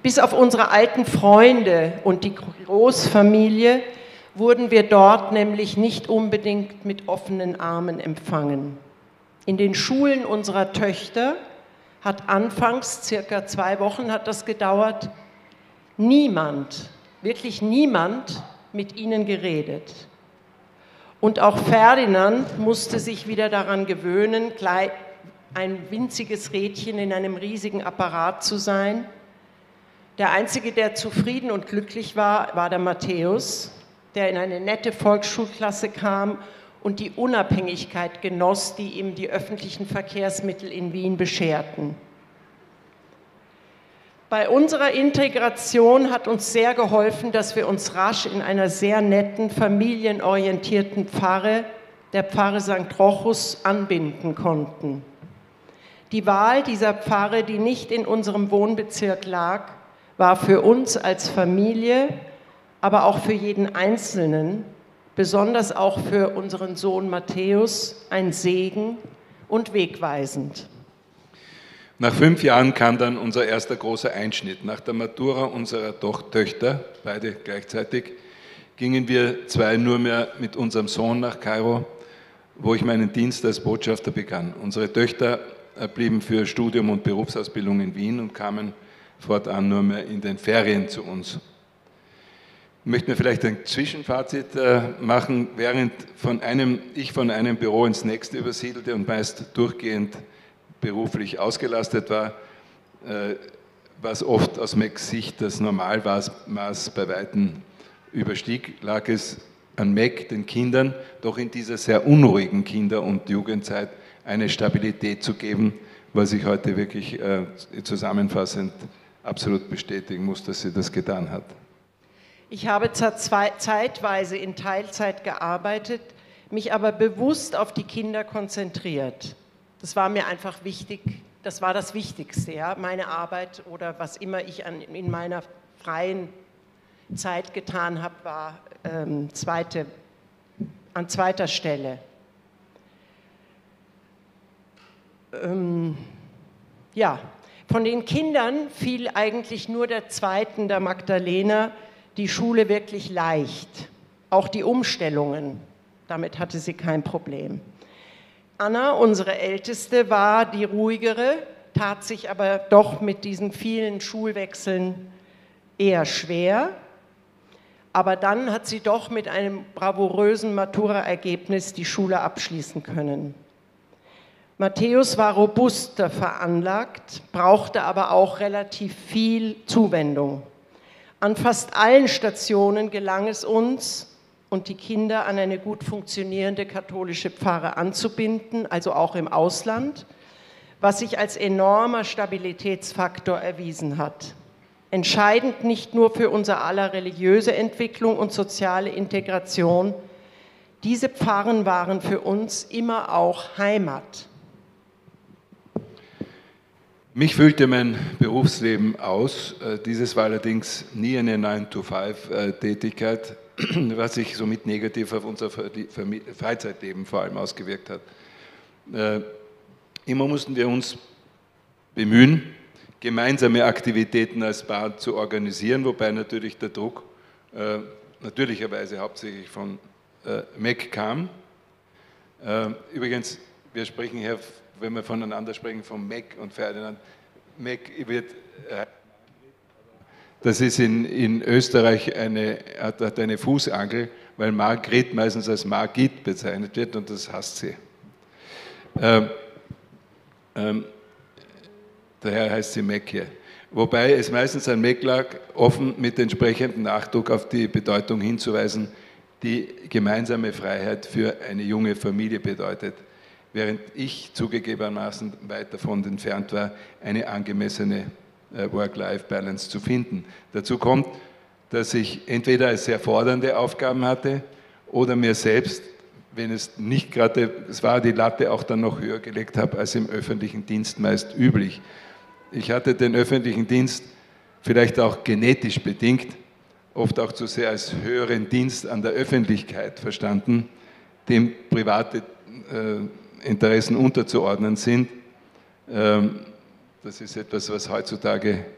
Bis auf unsere alten Freunde und die Großfamilie wurden wir dort nämlich nicht unbedingt mit offenen Armen empfangen. In den Schulen unserer Töchter hat anfangs, circa zwei Wochen hat das gedauert, niemand, wirklich niemand mit ihnen geredet. Und auch Ferdinand musste sich wieder daran gewöhnen, ein winziges Rädchen in einem riesigen Apparat zu sein. Der Einzige, der zufrieden und glücklich war, war der Matthäus, der in eine nette Volksschulklasse kam und die Unabhängigkeit genoss, die ihm die öffentlichen Verkehrsmittel in Wien bescherten. Bei unserer Integration hat uns sehr geholfen, dass wir uns rasch in einer sehr netten, familienorientierten Pfarre, der Pfarre Sankt Rochus, anbinden konnten. Die Wahl dieser Pfarre, die nicht in unserem Wohnbezirk lag, war für uns als Familie, aber auch für jeden Einzelnen, besonders auch für unseren Sohn Matthäus, ein Segen und wegweisend. Nach fünf Jahren kam dann unser erster großer Einschnitt. Nach der Matura unserer Töchter, beide gleichzeitig, gingen wir zwei nur mehr mit unserem Sohn nach Kairo, wo ich meinen Dienst als Botschafter begann. Unsere Töchter blieben für Studium und Berufsausbildung in Wien und kamen fortan nur mehr in den Ferien zu uns. Ich möchte mir vielleicht ein Zwischenfazit machen, während von einem, ich von einem Büro ins nächste übersiedelte und meist durchgehend beruflich ausgelastet war, was oft aus Macs Sicht das Normalmaß bei Weitem überstieg, lag es an Mac, den Kindern, doch in dieser sehr unruhigen Kinder- und Jugendzeit eine Stabilität zu geben, was ich heute wirklich äh, zusammenfassend absolut bestätigen muss, dass sie das getan hat. Ich habe zwar zeitweise in Teilzeit gearbeitet, mich aber bewusst auf die Kinder konzentriert. Das war mir einfach wichtig, das war das Wichtigste, ja, meine Arbeit oder was immer ich an, in meiner freien Zeit getan habe, war ähm, zweite, an zweiter Stelle. Ähm, ja, von den Kindern fiel eigentlich nur der zweiten, der Magdalena, die Schule wirklich leicht. Auch die Umstellungen, damit hatte sie kein Problem. Anna, unsere Älteste, war die ruhigere, tat sich aber doch mit diesen vielen Schulwechseln eher schwer. Aber dann hat sie doch mit einem bravourösen Matura-Ergebnis die Schule abschließen können. Matthäus war robuster veranlagt, brauchte aber auch relativ viel Zuwendung. An fast allen Stationen gelang es uns, und die Kinder an eine gut funktionierende katholische Pfarre anzubinden, also auch im Ausland, was sich als enormer Stabilitätsfaktor erwiesen hat. Entscheidend nicht nur für unser aller religiöse Entwicklung und soziale Integration, diese Pfarren waren für uns immer auch Heimat. Mich füllte mein Berufsleben aus. Dieses war allerdings nie eine nine to five Tätigkeit, was sich somit negativ auf unser Freizeitleben vor allem ausgewirkt hat. Immer mussten wir uns bemühen, gemeinsame Aktivitäten als Paar zu organisieren, wobei natürlich der Druck natürlicherweise hauptsächlich von Mac kam. Übrigens, wir sprechen hier, wenn wir voneinander sprechen, von Mac und Ferdinand. Mac wird, das ist in, in Österreich eine, hat, hat eine Fußangel, weil Margret meistens als Margit bezeichnet wird und das hasst sie. Ähm, ähm, daher heißt sie Mac hier. Wobei es meistens an Mac lag, offen mit entsprechendem Nachdruck auf die Bedeutung hinzuweisen, die gemeinsame Freiheit für eine junge Familie bedeutet, während ich zugegebenermaßen weit davon entfernt war, eine angemessene Work-Life-Balance zu finden. Dazu kommt, dass ich entweder als sehr fordernde Aufgaben hatte oder mir selbst, wenn es nicht gerade, es war die Latte auch dann noch höher gelegt habe, als im öffentlichen Dienst meist üblich. Ich hatte den öffentlichen Dienst vielleicht auch genetisch bedingt, oft auch zu sehr als höheren Dienst an der Öffentlichkeit verstanden, dem private äh, Interessen unterzuordnen sind. Ähm, das ist etwas, was heutzutage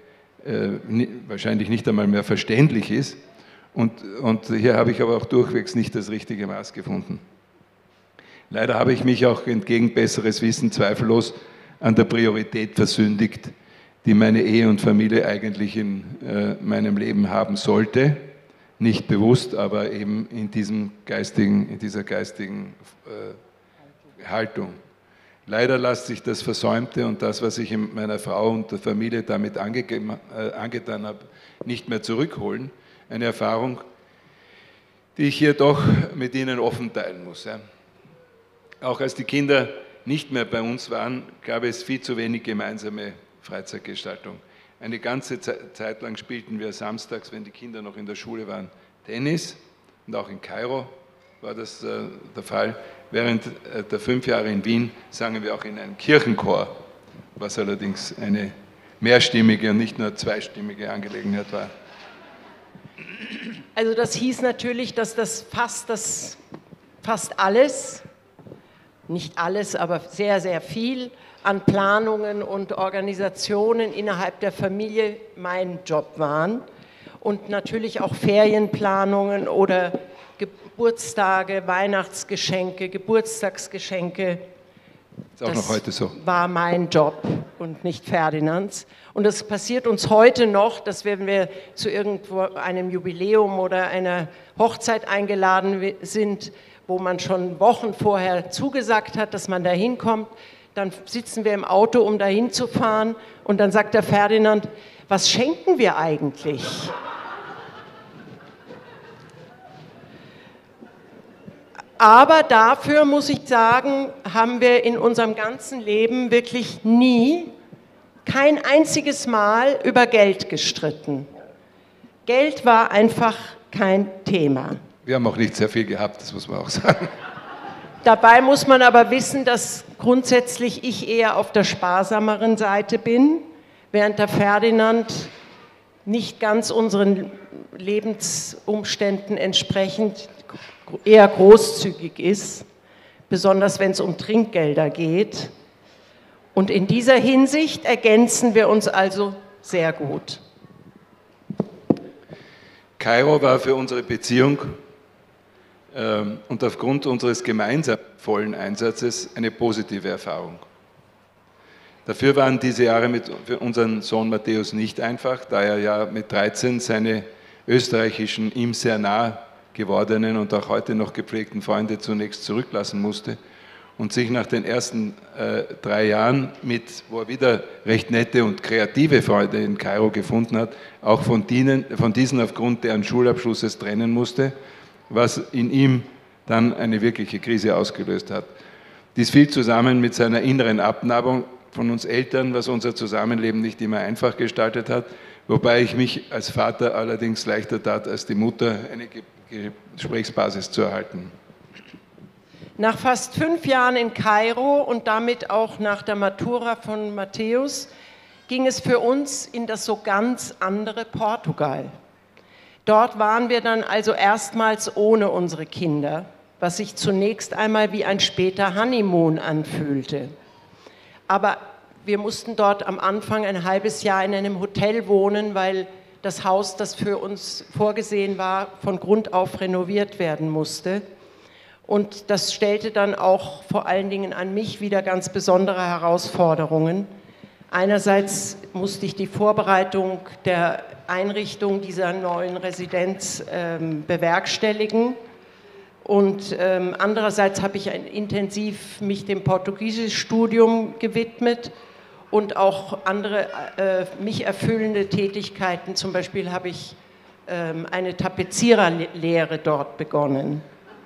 äh, wahrscheinlich nicht einmal mehr verständlich ist. Und, und hier habe ich aber auch durchwegs nicht das richtige Maß gefunden. Leider habe ich mich auch entgegen besseres Wissen zweifellos an der Priorität versündigt, die meine Ehe und Familie eigentlich in äh, meinem Leben haben sollte. Nicht bewusst, aber eben in, diesem geistigen, in dieser geistigen äh, Haltung. Leider lässt sich das Versäumte und das, was ich meiner Frau und der Familie damit ange äh, angetan habe, nicht mehr zurückholen. Eine Erfahrung, die ich hier doch mit Ihnen offen teilen muss. Ja. Auch als die Kinder nicht mehr bei uns waren, gab es viel zu wenig gemeinsame Freizeitgestaltung. Eine ganze Zeit lang spielten wir samstags, wenn die Kinder noch in der Schule waren, Tennis. Und auch in Kairo war das äh, der Fall. Während äh, der fünf Jahre in Wien sangen wir auch in einem Kirchenchor, was allerdings eine mehrstimmige und nicht nur zweistimmige Angelegenheit war. Also das hieß natürlich, dass das fast, das fast alles, nicht alles, aber sehr, sehr viel an Planungen und Organisationen innerhalb der Familie mein Job waren und natürlich auch Ferienplanungen oder Geburtstage, Weihnachtsgeschenke, Geburtstagsgeschenke. Ist auch noch heute so. War mein Job und nicht Ferdinands. Und es passiert uns heute noch, dass wenn wir zu irgendwo einem Jubiläum oder einer Hochzeit eingeladen sind, wo man schon Wochen vorher zugesagt hat, dass man da hinkommt, dann sitzen wir im Auto, um dahin zu fahren, und dann sagt der Ferdinand, was schenken wir eigentlich? Aber dafür, muss ich sagen, haben wir in unserem ganzen Leben wirklich nie, kein einziges Mal über Geld gestritten. Geld war einfach kein Thema. Wir haben auch nicht sehr viel gehabt, das muss man auch sagen. Dabei muss man aber wissen, dass grundsätzlich ich eher auf der sparsameren Seite bin, während der Ferdinand nicht ganz unseren Lebensumständen entsprechend eher großzügig ist, besonders wenn es um Trinkgelder geht. Und in dieser Hinsicht ergänzen wir uns also sehr gut. Kairo war für unsere Beziehung ähm, und aufgrund unseres gemeinsamen vollen Einsatzes eine positive Erfahrung. Dafür waren diese Jahre mit, für unseren Sohn Matthäus nicht einfach, da er ja mit dreizehn seine österreichischen, ihm sehr nah gewordenen und auch heute noch gepflegten Freunde zunächst zurücklassen musste und sich nach den ersten äh, drei Jahren, mit, wo er wieder recht nette und kreative Freunde in Kairo gefunden hat, auch von, dienen, von diesen aufgrund deren Schulabschlusses trennen musste, was in ihm dann eine wirkliche Krise ausgelöst hat. Dies fiel zusammen mit seiner inneren Abnabung von uns Eltern, was unser Zusammenleben nicht immer einfach gestaltet hat, wobei ich mich als Vater allerdings leichter tat, als die Mutter eine Gesprächsbasis zu erhalten. Nach fast fünf Jahren in Kairo und damit auch nach der Matura von Matthäus ging es für uns in das so ganz andere Portugal. Dort waren wir dann also erstmals ohne unsere Kinder, was sich zunächst einmal wie ein später Honeymoon anfühlte. Aber wir mussten dort am Anfang ein halbes Jahr in einem Hotel wohnen, weil das Haus, das für uns vorgesehen war, von Grund auf renoviert werden musste. Und das stellte dann auch vor allen Dingen an mich wieder ganz besondere Herausforderungen. Einerseits musste ich die Vorbereitung der Einrichtung dieser neuen Residenz ähm, bewerkstelligen. Und ähm, andererseits habe ich ein, intensiv mich dem Portugiesischstudium gewidmet und auch andere äh, mich erfüllende Tätigkeiten. Zum Beispiel habe ich ähm, eine Tapeziererlehre dort begonnen.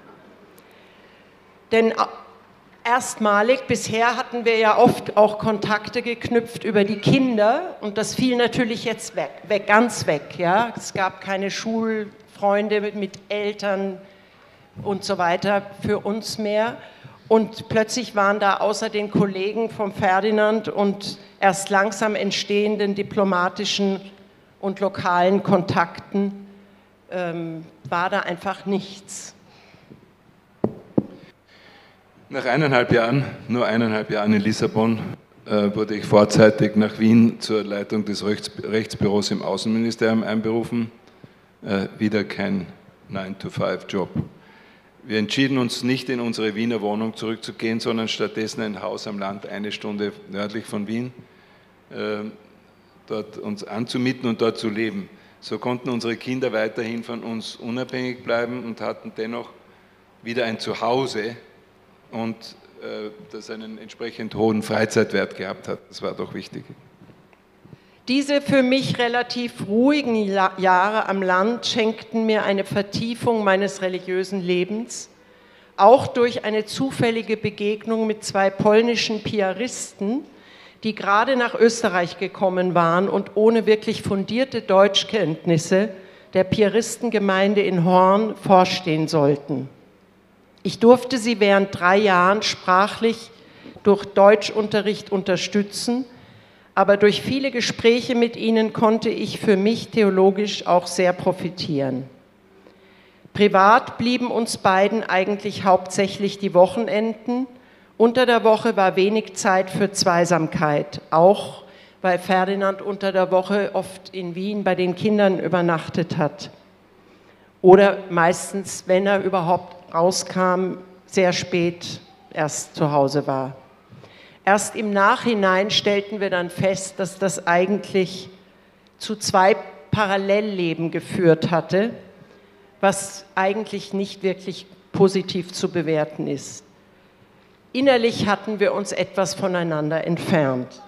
Denn erstmalig, bisher hatten wir ja oft auch Kontakte geknüpft über die Kinder und das fiel natürlich jetzt weg, weg ganz weg. Ja? Es gab keine Schulfreunde mit, mit Eltern und so weiter für uns mehr. Und plötzlich waren da außer den Kollegen vom Ferdinand und erst langsam entstehenden diplomatischen und lokalen Kontakten, ähm, war da einfach nichts. Nach eineinhalb Jahren, nur eineinhalb Jahren in Lissabon, äh, wurde ich vorzeitig nach Wien zur Leitung des Rechts, Rechtsbüros im Außenministerium einberufen. Äh, wieder kein nine to five Job. Wir entschieden uns nicht in unsere Wiener Wohnung zurückzugehen, sondern stattdessen ein Haus am Land, eine Stunde nördlich von Wien, äh, dort uns anzumieten und dort zu leben. So konnten unsere Kinder weiterhin von uns unabhängig bleiben und hatten dennoch wieder ein Zuhause und äh, das einen entsprechend hohen Freizeitwert gehabt hat. Das war doch wichtig. Diese für mich relativ ruhigen Jahre am Land schenkten mir eine Vertiefung meines religiösen Lebens, auch durch eine zufällige Begegnung mit zwei polnischen Piaristen, die gerade nach Österreich gekommen waren und ohne wirklich fundierte Deutschkenntnisse der Piaristengemeinde in Horn vorstehen sollten. Ich durfte sie während drei Jahren sprachlich durch Deutschunterricht unterstützen, aber durch viele Gespräche mit ihnen konnte ich für mich theologisch auch sehr profitieren. Privat blieben uns beiden eigentlich hauptsächlich die Wochenenden. Unter der Woche war wenig Zeit für Zweisamkeit, auch weil Ferdinand unter der Woche oft in Wien bei den Kindern übernachtet hat. Oder meistens, wenn er überhaupt rauskam, sehr spät erst zu Hause war. Erst im Nachhinein stellten wir dann fest, dass das eigentlich zu zwei Parallelleben geführt hatte, was eigentlich nicht wirklich positiv zu bewerten ist. Innerlich hatten wir uns etwas voneinander entfernt.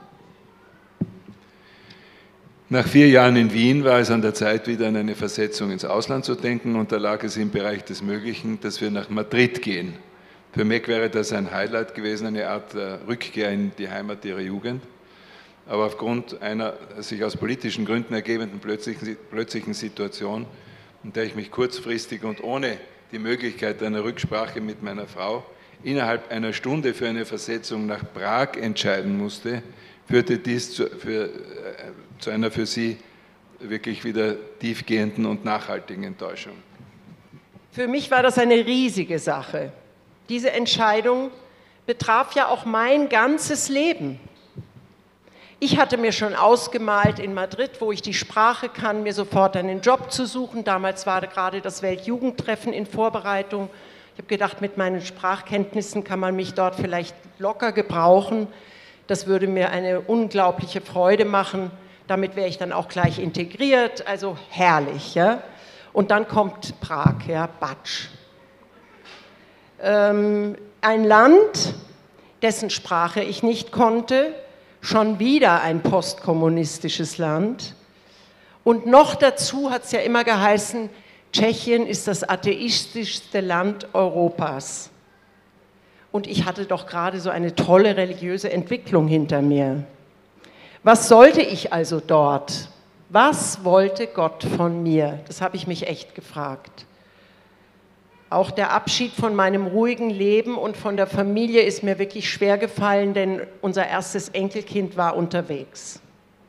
Nach vier Jahren in Wien war es an der Zeit, wieder an eine Versetzung ins Ausland zu denken, und da lag es im Bereich des Möglichen, dass wir nach Madrid gehen. Für mich wäre das ein Highlight gewesen, eine Art Rückkehr in die Heimat ihrer Jugend. Aber aufgrund einer sich aus politischen Gründen ergebenden plötzlichen, plötzlichen Situation, in der ich mich kurzfristig und ohne die Möglichkeit einer Rücksprache mit meiner Frau innerhalb einer Stunde für eine Versetzung nach Prag entscheiden musste, führte dies zu, für, äh, zu einer für sie wirklich wieder tiefgehenden und nachhaltigen Enttäuschung. Für mich war das eine riesige Sache. Diese Entscheidung betraf ja auch mein ganzes Leben. Ich hatte mir schon ausgemalt, in Madrid, wo ich die Sprache kann, mir sofort einen Job zu suchen. Damals war gerade das Weltjugendtreffen in Vorbereitung. Ich habe gedacht, mit meinen Sprachkenntnissen kann man mich dort vielleicht locker gebrauchen. Das würde mir eine unglaubliche Freude machen. Damit wäre ich dann auch gleich integriert, also herrlich. Ja? Und dann kommt Prag, ja, Batsch. Ähm, ein Land, dessen Sprache ich nicht konnte, schon wieder ein postkommunistisches Land. Und noch dazu hat es ja immer geheißen, Tschechien ist das atheistischste Land Europas. Und ich hatte doch gerade so eine tolle religiöse Entwicklung hinter mir. Was sollte ich also dort? Was wollte Gott von mir? Das habe ich mich echt gefragt. Auch der Abschied von meinem ruhigen Leben und von der Familie ist mir wirklich schwer gefallen, denn unser erstes Enkelkind war unterwegs.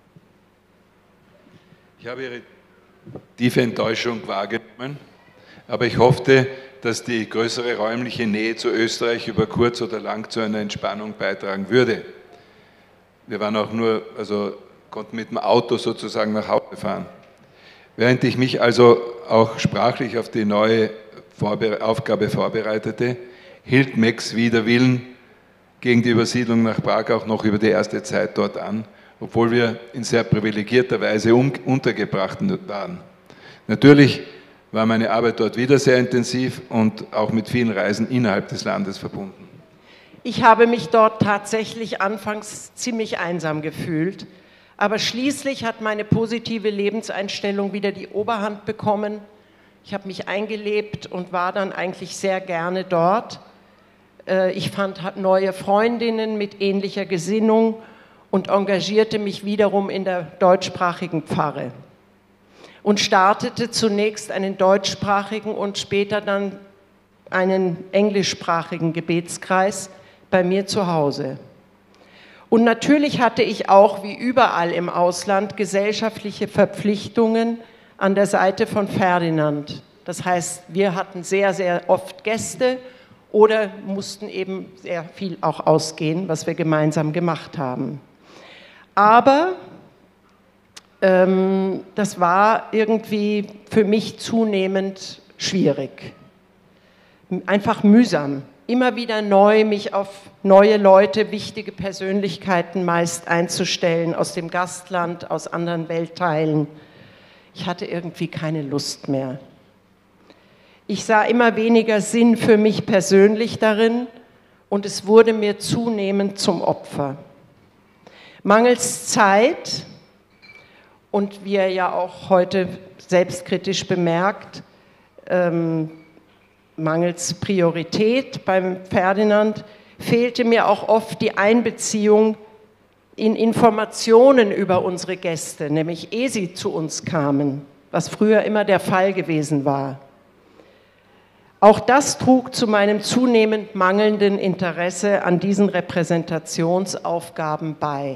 Ich habe Ihre tiefe Enttäuschung wahrgenommen, aber ich hoffte, dass die größere räumliche Nähe zu Österreich über kurz oder lang zu einer Entspannung beitragen würde. Wir waren auch nur, also konnten mit dem Auto sozusagen nach Hause fahren. Während ich mich also auch sprachlich auf die neue Vorbere- Aufgabe vorbereitete, hielt Max wider Willen gegen die Übersiedlung nach Prag auch noch über die erste Zeit dort an, obwohl wir in sehr privilegierter Weise um, untergebracht waren. Natürlich war meine Arbeit dort wieder sehr intensiv und auch mit vielen Reisen innerhalb des Landes verbunden. Ich habe mich dort tatsächlich anfangs ziemlich einsam gefühlt, aber schließlich hat meine positive Lebenseinstellung wieder die Oberhand bekommen. Ich habe mich eingelebt und war dann eigentlich sehr gerne dort. Ich fand neue Freundinnen mit ähnlicher Gesinnung und engagierte mich wiederum in der deutschsprachigen Pfarre und startete zunächst einen deutschsprachigen und später dann einen englischsprachigen Gebetskreis bei mir zu Hause. Und natürlich hatte ich auch, wie überall im Ausland, gesellschaftliche Verpflichtungen an der Seite von Ferdinand. Das heißt, wir hatten sehr, sehr oft Gäste oder mussten eben sehr viel auch ausgehen, was wir gemeinsam gemacht haben. Aber ähm, das war irgendwie für mich zunehmend schwierig, einfach mühsam. Immer wieder neu, mich auf neue Leute, wichtige Persönlichkeiten meist einzustellen, aus dem Gastland, aus anderen Weltteilen. Ich hatte irgendwie keine Lust mehr. Ich sah immer weniger Sinn für mich persönlich darin und es wurde mir zunehmend zum Opfer. Mangels Zeit und wie er ja auch heute selbstkritisch bemerkt, ähm, mangels Priorität beim Ferdinand fehlte mir auch oft die Einbeziehung in Informationen über unsere Gäste, nämlich ehe sie zu uns kamen, was früher immer der Fall gewesen war. Auch das trug zu meinem zunehmend mangelnden Interesse an diesen Repräsentationsaufgaben bei.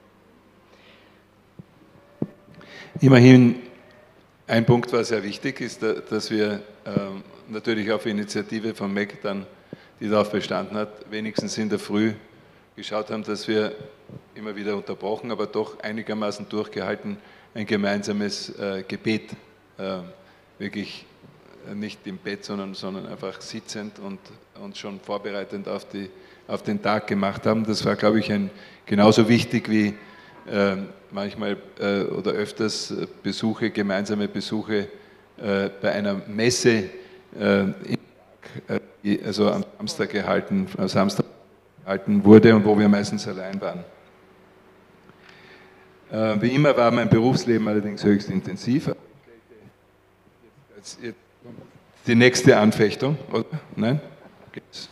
Immerhin, ein Punkt war sehr wichtig, ist, dass wir ähm, natürlich auf Initiative von M E C dann, die darauf bestanden hat, wenigstens in der Früh geschaut haben, dass wir immer wieder unterbrochen, aber doch einigermaßen durchgehalten ein gemeinsames äh, Gebet, äh, wirklich nicht im Bett, sondern, sondern einfach sitzend und, und schon vorbereitend auf, die, auf den Tag gemacht haben. Das war, glaube ich, ein, genauso wichtig wie äh, manchmal äh, oder öfters Besuche, gemeinsame Besuche äh, bei einer Messe, äh, die also am Samstag gehalten, am Samstag gehalten wurde und wo wir meistens allein waren. Äh, wie immer war mein Berufsleben allerdings höchst intensiv. Jetzt, jetzt die nächste Anfechtung, oder? Nein? Geht's?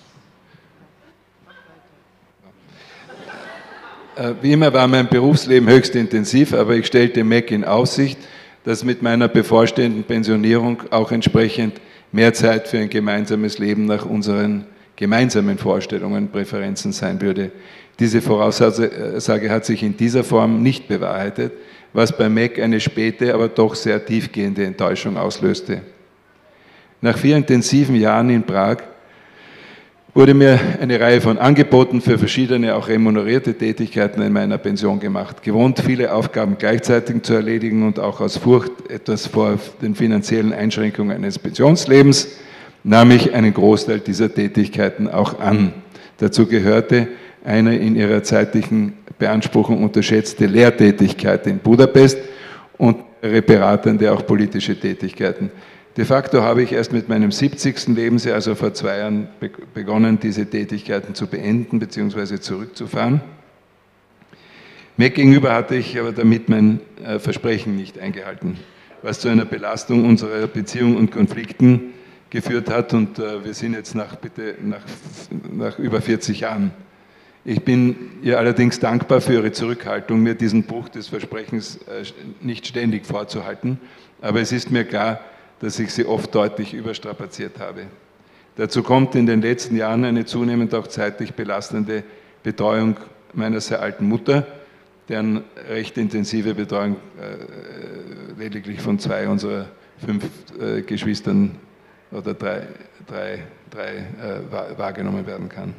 Wie immer war mein Berufsleben höchst intensiv, aber ich stellte M E C in Aussicht, dass mit meiner bevorstehenden Pensionierung auch entsprechend mehr Zeit für ein gemeinsames Leben nach unseren gemeinsamen Vorstellungen und Präferenzen sein würde. Diese Voraussage hat sich in dieser Form nicht bewahrheitet, was bei M E C eine späte, aber doch sehr tiefgehende Enttäuschung auslöste. Nach vier intensiven Jahren in Prag wurde mir eine Reihe von Angeboten für verschiedene, auch remunerierte Tätigkeiten in meiner Pension gemacht. Gewohnt, viele Aufgaben gleichzeitig zu erledigen und auch aus Furcht etwas vor den finanziellen Einschränkungen eines Pensionslebens, nahm ich einen Großteil dieser Tätigkeiten auch an. Dazu gehörte eine in ihrer zeitlichen Beanspruchung unterschätzte Lehrtätigkeit in Budapest und beratende, auch politische Tätigkeiten. De facto habe ich erst mit meinem siebzigsten Lebensjahr, also vor zwei Jahren, begonnen, diese Tätigkeiten zu beenden bzw. zurückzufahren. Mir gegenüber hatte ich aber damit mein Versprechen nicht eingehalten, was zu einer Belastung unserer Beziehung und Konflikten geführt hat und wir sind jetzt nach, bitte, nach, nach über vierzig Jahren. Ich bin ihr allerdings dankbar für ihre Zurückhaltung, mir diesen Bruch des Versprechens nicht ständig vorzuhalten, aber es ist mir klar, dass ich sie oft deutlich überstrapaziert habe. Dazu kommt in den letzten Jahren eine zunehmend auch zeitlich belastende Betreuung meiner sehr alten Mutter, deren recht intensive Betreuung äh, lediglich von zwei unserer fünf äh, Geschwistern oder drei, drei, drei äh, wahrgenommen werden kann.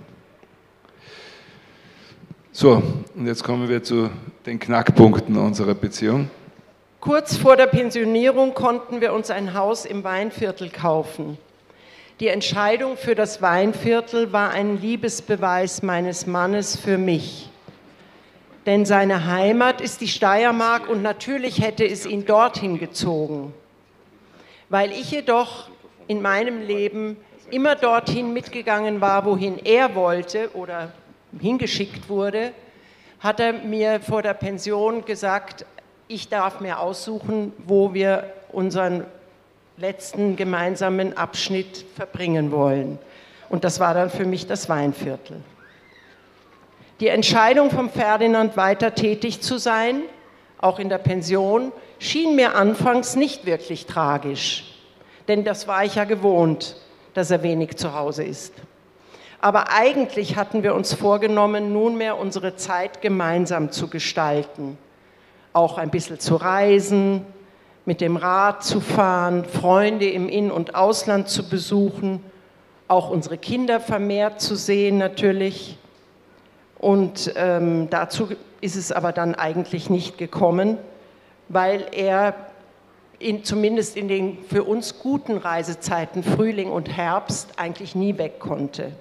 So, und jetzt kommen wir zu den Knackpunkten unserer Beziehung. Kurz vor der Pensionierung konnten wir uns ein Haus im Weinviertel kaufen. Die Entscheidung für das Weinviertel war ein Liebesbeweis meines Mannes für mich. Denn seine Heimat ist die Steiermark und natürlich hätte es ihn dorthin gezogen. Weil ich jedoch in meinem Leben immer dorthin mitgegangen war, wohin er wollte oder hingeschickt wurde, hat er mir vor der Pension gesagt, ich darf mir aussuchen, wo wir unseren letzten gemeinsamen Abschnitt verbringen wollen. Und das war dann für mich das Weinviertel. Die Entscheidung von Ferdinand, weiter tätig zu sein, auch in der Pension, schien mir anfangs nicht wirklich tragisch. Denn das war ich ja gewohnt, dass er wenig zu Hause ist. Aber eigentlich hatten wir uns vorgenommen, nunmehr unsere Zeit gemeinsam zu gestalten. Auch ein bisschen zu reisen, mit dem Rad zu fahren, Freunde im In- und Ausland zu besuchen, auch unsere Kinder vermehrt zu sehen natürlich. Und ähm, dazu ist es aber dann eigentlich nicht gekommen, weil er in, zumindest in den für uns guten Reisezeiten Frühling und Herbst eigentlich nie weg konnte.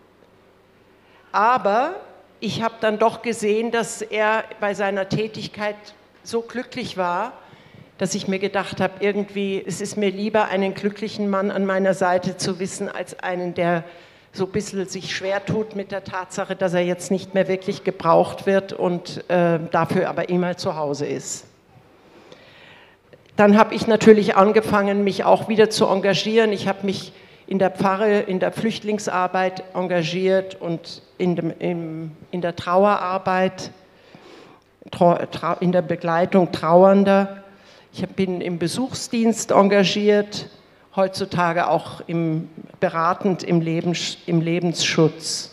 Aber ich habe dann doch gesehen, dass er bei seiner Tätigkeit so glücklich war, dass ich mir gedacht habe, irgendwie, es ist mir lieber, einen glücklichen Mann an meiner Seite zu wissen, als einen, der so ein bisschen sich schwer tut mit der Tatsache, dass er jetzt nicht mehr wirklich gebraucht wird und äh, dafür aber immer zu Hause ist. Dann habe ich natürlich angefangen, mich auch wieder zu engagieren. Ich habe mich in der Pfarre, in der Flüchtlingsarbeit engagiert und in, dem, im, in der Trauerarbeit, in der Begleitung Trauernder. Ich bin im Besuchsdienst engagiert, heutzutage auch im, beratend im, Lebens, im Lebensschutz.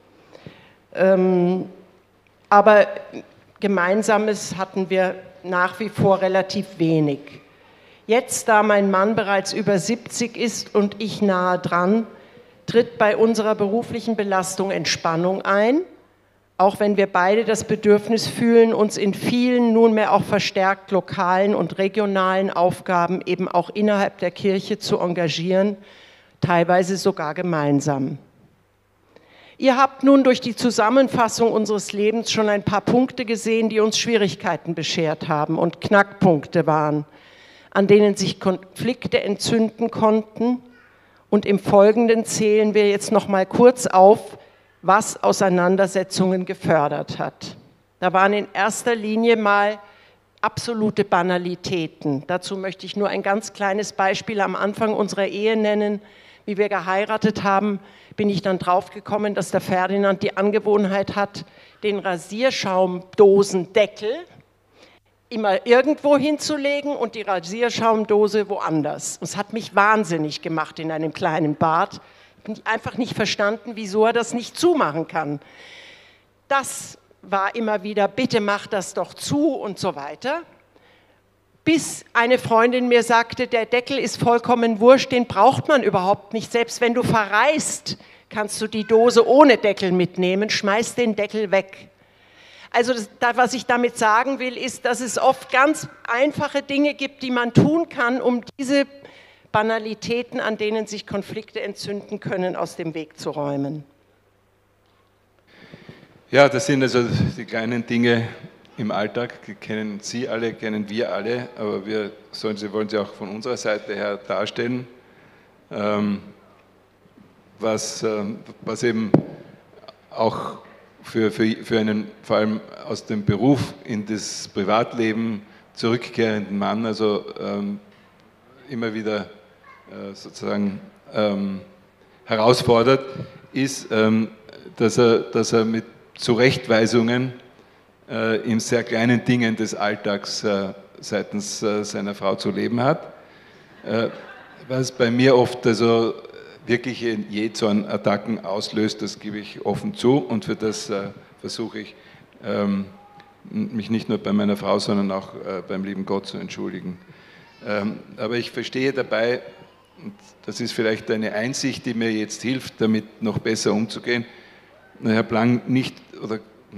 Ähm, aber Gemeinsames hatten wir nach wie vor relativ wenig. Jetzt, da mein Mann bereits über siebzig ist und ich nahe dran, tritt bei unserer beruflichen Belastung Entspannung ein, auch wenn wir beide das Bedürfnis fühlen, uns in vielen nunmehr auch verstärkt lokalen und regionalen Aufgaben eben auch innerhalb der Kirche zu engagieren, teilweise sogar gemeinsam. Ihr habt nun durch die Zusammenfassung unseres Lebens schon ein paar Punkte gesehen, die uns Schwierigkeiten beschert haben und Knackpunkte waren, an denen sich Konflikte entzünden konnten. Und im Folgenden zählen wir jetzt noch mal kurz auf, was Auseinandersetzungen gefördert hat. Da waren in erster Linie mal absolute Banalitäten. Dazu möchte ich nur ein ganz kleines Beispiel am Anfang unserer Ehe nennen. Wie wir geheiratet haben, bin ich dann draufgekommen, dass der Ferdinand die Angewohnheit hat, den Rasierschaumdosendeckel immer irgendwo hinzulegen und die Rasierschaumdose woanders. Das hat mich wahnsinnig gemacht in einem kleinen Bad. Ich habe einfach nicht verstanden, wieso er das nicht zumachen kann. Das war immer wieder, bitte mach das doch zu und so weiter. Bis eine Freundin mir sagte, der Deckel ist vollkommen wurscht, den braucht man überhaupt nicht. Selbst wenn du verreist, kannst du die Dose ohne Deckel mitnehmen, schmeiß den Deckel weg. Also das, was ich damit sagen will, ist, dass es oft ganz einfache Dinge gibt, die man tun kann, um diese Banalitäten, an denen sich Konflikte entzünden können, aus dem Weg zu räumen. Ja, das sind also die kleinen Dinge im Alltag, die kennen Sie alle, kennen wir alle, aber wir sollen sie, wollen sie auch von unserer Seite her darstellen, ähm, was, ähm, was eben auch für, für, für einen vor allem aus dem Beruf in das Privatleben zurückkehrenden Mann also ähm, immer wieder äh, sozusagen ähm, herausfordert, ist, ähm, dass er, dass er mit Zurechtweisungen äh, in sehr kleinen Dingen des Alltags äh, seitens äh, seiner Frau zu leben hat. Äh, was bei mir oft also wirklich Jähzornattacken auslöst, das gebe ich offen zu und für das äh, versuche ich, ähm, mich nicht nur bei meiner Frau, sondern auch äh, beim lieben Gott zu entschuldigen. Ähm, aber ich verstehe dabei, und das ist vielleicht eine Einsicht, die mir jetzt hilft, damit noch besser umzugehen. Ich habe lang nicht oder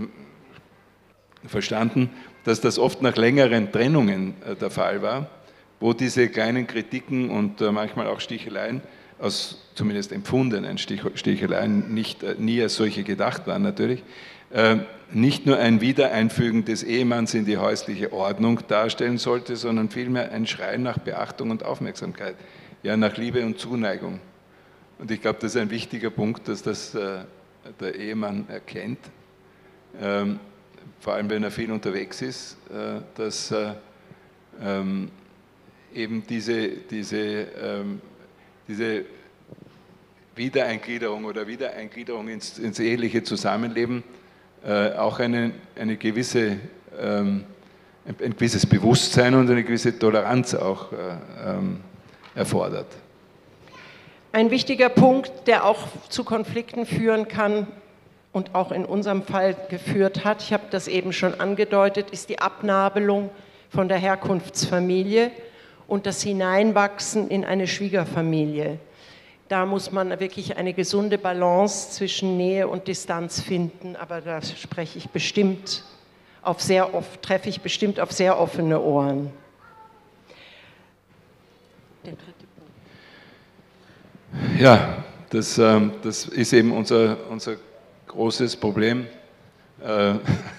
verstanden, dass das oft nach längeren Trennungen äh, der Fall war, wo diese kleinen Kritiken und äh, manchmal auch Sticheleien, aus zumindest empfundenen Sticheleien, nicht, äh, nie als solche gedacht waren natürlich, äh, nicht nur ein Wiedereinfügen des Ehemanns in die häusliche Ordnung darstellen sollte, sondern vielmehr ein Schreien nach Beachtung und Aufmerksamkeit, ja nach Liebe und Zuneigung. Und ich glaube, das ist ein wichtiger Punkt, dass das äh, der Ehemann erkennt, ähm, vor allem wenn er viel unterwegs ist, äh, dass äh, ähm, eben diese, diese, ähm, diese Wiedereingliederung oder Wiedereingliederung ins, ins eheliche Zusammenleben äh, auch eine, eine gewisse, ähm, ein, ein gewisses Bewusstsein und eine gewisse Toleranz auch äh, ähm, erfordert. Ein wichtiger Punkt, der auch zu Konflikten führen kann und auch in unserem Fall geführt hat, ich habe das eben schon angedeutet, ist die Abnabelung von der Herkunftsfamilie und das Hineinwachsen in eine Schwiegerfamilie. Da muss man wirklich eine gesunde Balance zwischen Nähe und Distanz finden, aber da spreche ich bestimmt auf sehr oft, treffe ich bestimmt auf sehr offene Ohren. Der dritte Punkt. Ja, das, ähm, das ist eben unser, unser großes Problem. Äh,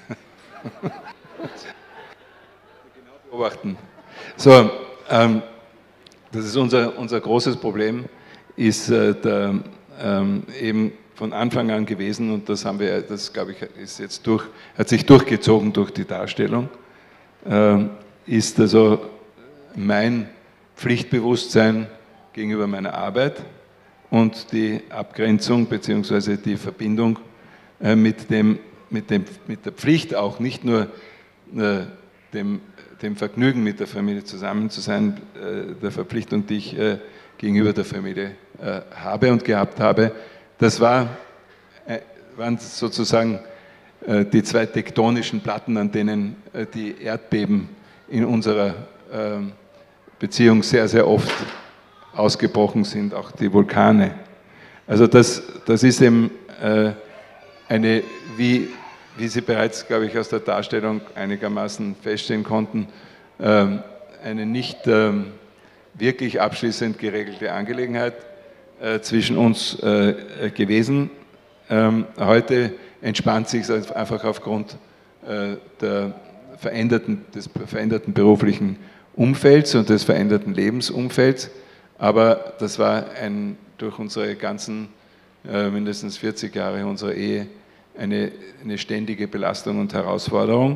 beobachten. So, ähm, das ist unser, unser großes Problem, ist äh, der, ähm, eben von Anfang an gewesen, und das haben wir, das glaube ich, ist jetzt durch, hat sich durchgezogen durch die Darstellung, äh, ist also mein Pflichtbewusstsein gegenüber meiner Arbeit und die Abgrenzung bzw. die Verbindung äh, mit, dem, mit, dem, mit der Pflicht auch, nicht nur äh, dem, dem Vergnügen mit der Familie zusammen zu sein, äh, der Verpflichtung, die ich äh, gegenüber der Familie äh, habe und gehabt habe. Das war, äh, waren sozusagen äh, die zwei tektonischen Platten, an denen äh, die Erdbeben in unserer äh, Beziehung sehr, sehr oft ausgebrochen sind, auch die Vulkane. Also das, das ist eben äh, eine, wie, wie Sie bereits, glaube ich, aus der Darstellung einigermaßen feststellen konnten, äh, eine nicht äh, wirklich abschließend geregelte Angelegenheit äh, zwischen uns äh, gewesen. Ähm, heute entspannt sich es einfach aufgrund äh, der veränderten, des veränderten beruflichen Umfelds und des veränderten Lebensumfelds. Aber das war ein, durch unsere ganzen äh, mindestens vierzig Jahre unserer Ehe eine, eine ständige Belastung und Herausforderung.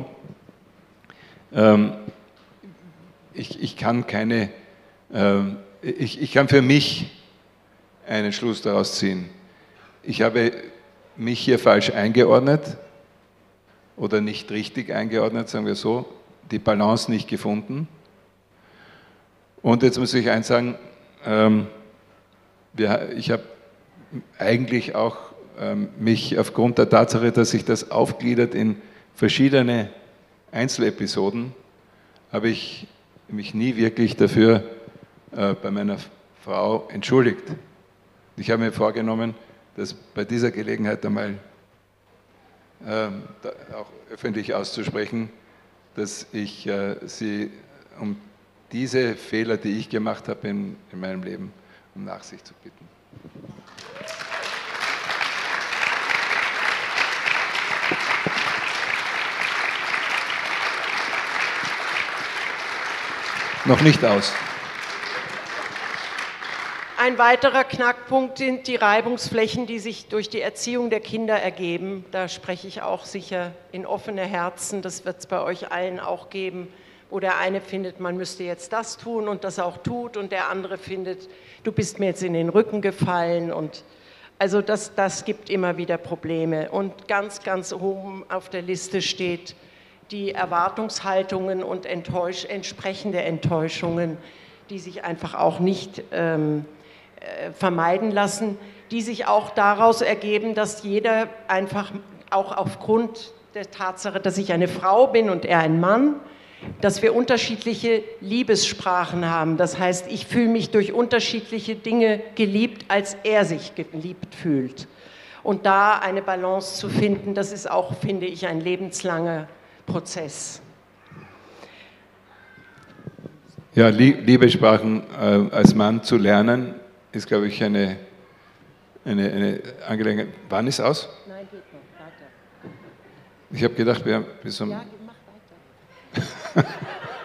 Ähm, ich, ich kann keine, ähm, ich, ich kann für mich einen Schluss daraus ziehen. Ich habe mich hier falsch eingeordnet oder nicht richtig eingeordnet, sagen wir so, die Balance nicht gefunden. Und jetzt muss ich eins sagen, ähm, wir, ich habe eigentlich auch ähm, mich aufgrund der Tatsache, dass sich das aufgliedert in verschiedene Einzelepisoden, habe ich mich nie wirklich dafür äh, bei meiner Frau entschuldigt. Ich habe mir vorgenommen, das bei dieser Gelegenheit einmal ähm, da auch öffentlich auszusprechen, dass ich äh, sie um diese Fehler, die ich gemacht habe in, in meinem Leben, um Nachsicht zu bitten. Noch nicht aus. Ein weiterer Knackpunkt sind die Reibungsflächen, die sich durch die Erziehung der Kinder ergeben. Da spreche ich auch sicher in offene Herzen. Das wird es bei euch allen auch geben, wo der eine findet, man müsste jetzt das tun und das auch tut, und der andere findet, du bist mir jetzt in den Rücken gefallen. Und also das, das gibt immer wieder Probleme. Und ganz, ganz oben auf der Liste steht die Erwartungshaltungen und enttäusch, entsprechende Enttäuschungen, die sich einfach auch nicht ähm, äh, vermeiden lassen, die sich auch daraus ergeben, dass jeder einfach auch aufgrund der Tatsache, dass ich eine Frau bin und er ein Mann, dass wir unterschiedliche Liebessprachen haben. Das heißt, ich fühle mich durch unterschiedliche Dinge geliebt, als er sich geliebt fühlt. Und da eine Balance zu finden, das ist auch, finde ich, ein lebenslanger Prozess. Ja, Liebessprachen äh, als Mann zu lernen, ist, glaube ich, eine, eine, eine Angelegenheit. Wann ist aus? Nein, geht noch, weiter. Ich habe gedacht, wir haben bis um... Ja, mach weiter.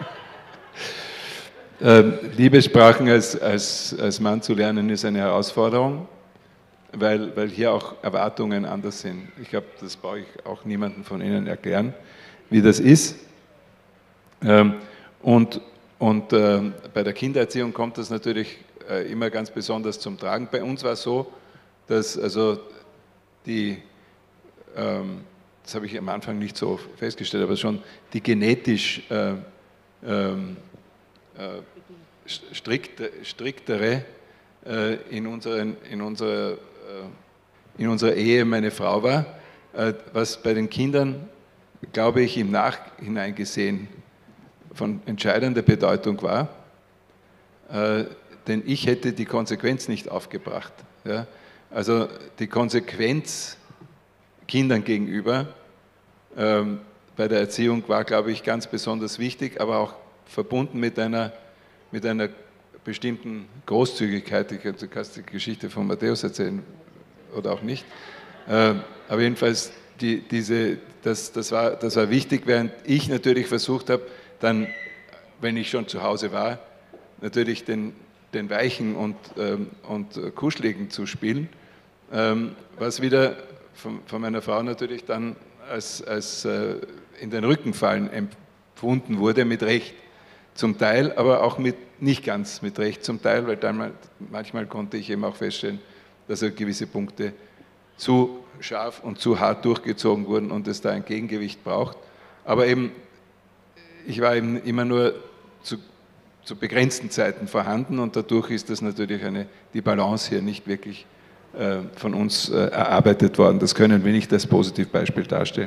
ähm, Liebessprachen als, als, als Mann zu lernen, ist eine Herausforderung, weil, weil hier auch Erwartungen anders sind. Ich glaube, das brauche ich auch niemandem von Ihnen erklären, wie das ist. Ähm, und und äh, bei der Kindererziehung kommt das natürlich äh, immer ganz besonders zum Tragen. Bei uns war es so, dass also die, ähm, das habe ich am Anfang nicht so festgestellt, aber schon die genetisch äh, ähm, äh, strikte, striktere äh, in, unseren, in, unserer, äh, in unserer Ehe meine Frau war, äh, was bei den Kindern, glaube ich, im Nachhinein gesehen von entscheidender Bedeutung war. denn ich hätte die Konsequenz nicht aufgebracht. Ja? Also die Konsequenz Kindern gegenüber ähm, bei der Erziehung war, glaube ich, ganz besonders wichtig, aber auch verbunden mit einer, mit einer bestimmten Großzügigkeit. Ich, du kannst die Geschichte von Matthäus erzählen oder auch nicht. Äh, aber jedenfalls, die, diese, das, das, war, das war wichtig, während ich natürlich versucht habe, dann, wenn ich schon zu Hause war, natürlich den, den Weichen und, ähm, und Kuscheligen zu spielen, ähm, was wieder von, von meiner Frau natürlich dann als, als äh, in den Rücken fallen empfunden wurde, mit Recht zum Teil, aber auch mit, nicht ganz mit Recht zum Teil, weil dann manchmal konnte ich eben auch feststellen, dass er gewisse Punkte zu scharf und zu hart durchgezogen wurden und es da ein Gegengewicht braucht. Aber eben, ich war eben immer nur zu, zu begrenzten Zeiten vorhanden und dadurch ist das natürlich eine, die Balance hier nicht wirklich äh, von uns äh, erarbeitet worden. Das können wir nicht als Positivbeispiel darstellen.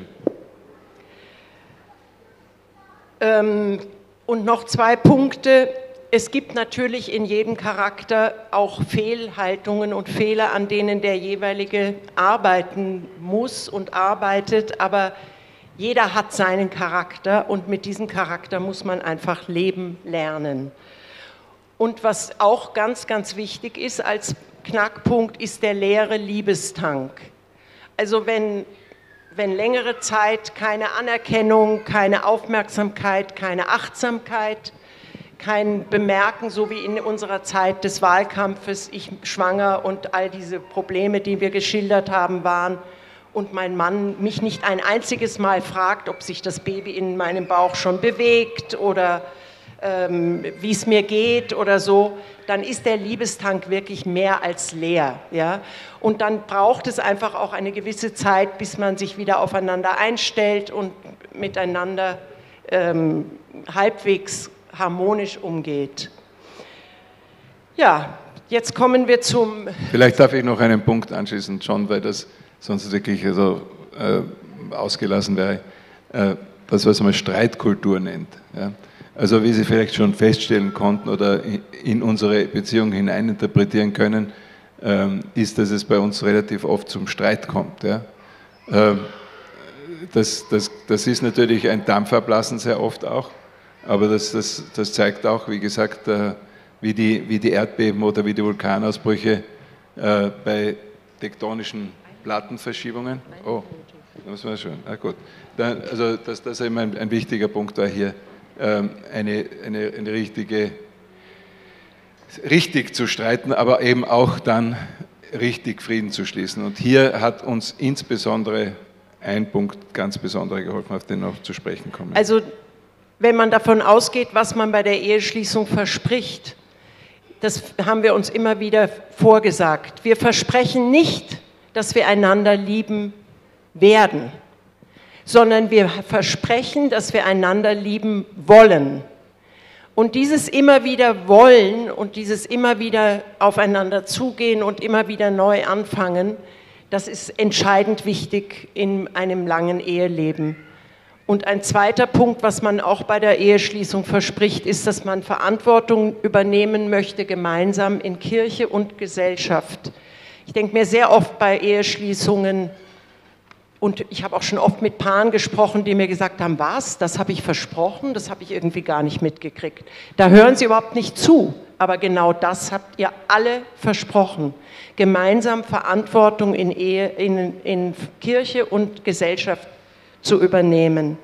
Ähm, und noch zwei Punkte. Es gibt natürlich in jedem Charakter auch Fehlhaltungen und Fehler, an denen der jeweilige arbeiten muss und arbeitet, aber jeder hat seinen Charakter und mit diesem Charakter muss man einfach leben lernen. Und was auch ganz, ganz wichtig ist als Knackpunkt, ist der leere Liebestank. Also wenn, wenn längere Zeit keine Anerkennung, keine Aufmerksamkeit, keine Achtsamkeit, kein Bemerken, so wie in unserer Zeit des Wahlkampfes, ich schwanger und all diese Probleme, die wir geschildert haben, waren und mein Mann mich nicht ein einziges Mal fragt, ob sich das Baby in meinem Bauch schon bewegt oder ähm, wie es mir geht oder so, dann ist der Liebestank wirklich mehr als leer. Ja? Und dann braucht es einfach auch eine gewisse Zeit, bis man sich wieder aufeinander einstellt und miteinander ähm, halbwegs harmonisch umgeht. Ja, jetzt kommen wir zum... Vielleicht darf ich noch einen Punkt anschließen, John, weil das sonst wirklich also, äh, ausgelassen wäre. Äh, das, was man Streitkultur nennt. Ja? Also wie Sie vielleicht schon feststellen konnten oder in unsere Beziehung hineininterpretieren können, äh, ist, dass es bei uns relativ oft zum Streit kommt. Ja? Äh, das, das, das ist natürlich ein Dampfablassen sehr oft auch. Aber das, das, das zeigt auch, wie gesagt, äh, wie, die, wie die Erdbeben oder wie die Vulkanausbrüche äh, bei tektonischen Plattenverschiebungen. Oh, das war schön. Ah, gut. Dann, also das, das ist immer ein, ein wichtiger Punkt war hier, ähm, eine, eine, eine richtige, richtig zu streiten, aber eben auch dann richtig Frieden zu schließen. Und hier hat uns insbesondere ein Punkt ganz besonders geholfen, auf den noch zu sprechen kommen. Also wenn man davon ausgeht, was man bei der Eheschließung verspricht, das haben wir uns immer wieder vorgesagt. Wir versprechen nicht, dass wir einander lieben werden, sondern wir versprechen, dass wir einander lieben wollen. Und dieses immer wieder wollen und dieses immer wieder aufeinander zugehen und immer wieder neu anfangen, das ist entscheidend wichtig in einem langen Eheleben. Und ein zweiter Punkt, was man auch bei der Eheschließung verspricht, ist, dass man Verantwortung übernehmen möchte, gemeinsam in Kirche und Gesellschaft. Ich denke mir sehr oft bei Eheschließungen, und ich habe auch schon oft mit Paaren gesprochen, die mir gesagt haben, was, das habe ich versprochen, das habe ich irgendwie gar nicht mitgekriegt. Da hören Sie überhaupt nicht zu, aber genau das habt ihr alle versprochen. Gemeinsam Verantwortung in, Ehe, in, in Kirche und Gesellschaft zu übernehmen.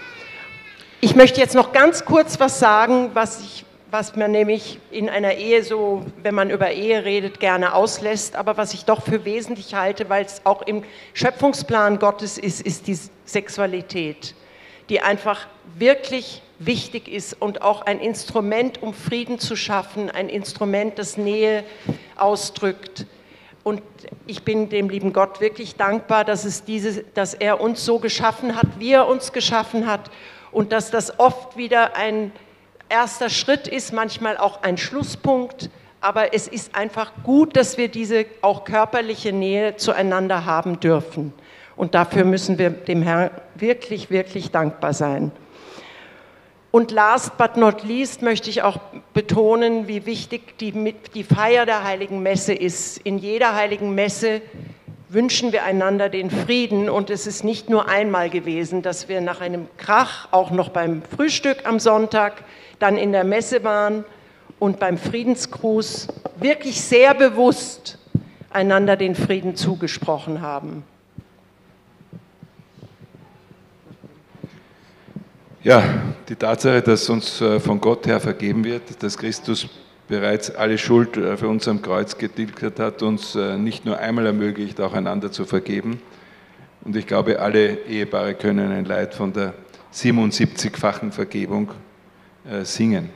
Ich möchte jetzt noch ganz kurz was sagen, was, ich, was man nämlich in einer Ehe so, wenn man über Ehe redet, gerne auslässt, aber was ich doch für wesentlich halte, weil es auch im Schöpfungsplan Gottes ist, ist die Sexualität, die einfach wirklich wichtig ist und auch ein Instrument, um Frieden zu schaffen, ein Instrument, das Nähe ausdrückt. Und ich bin dem lieben Gott wirklich dankbar, dass, es diese, dass er uns so geschaffen hat, wie er uns geschaffen hat und dass das oft wieder ein erster Schritt ist, manchmal auch ein Schlusspunkt, aber es ist einfach gut, dass wir diese auch körperliche Nähe zueinander haben dürfen. Und dafür müssen wir dem Herrn wirklich, wirklich dankbar sein. Und last but not least möchte ich auch betonen, wie wichtig die, die Feier der Heiligen Messe ist. In jeder Heiligen Messe wünschen wir einander den Frieden. Und es ist nicht nur einmal gewesen, dass wir nach einem Krach, auch noch beim Frühstück am Sonntag, dann in der Messe waren und beim Friedensgruß wirklich sehr bewusst einander den Frieden zugesprochen haben. Ja, die Tatsache, dass uns von Gott her vergeben wird, dass Christus bereits alle Schuld für uns am Kreuz getilgt hat, uns nicht nur einmal ermöglicht, auch einander zu vergeben. Und ich glaube, alle Ehepaare können ein Lied von der siebenundsiebzigfachen Vergebung singen.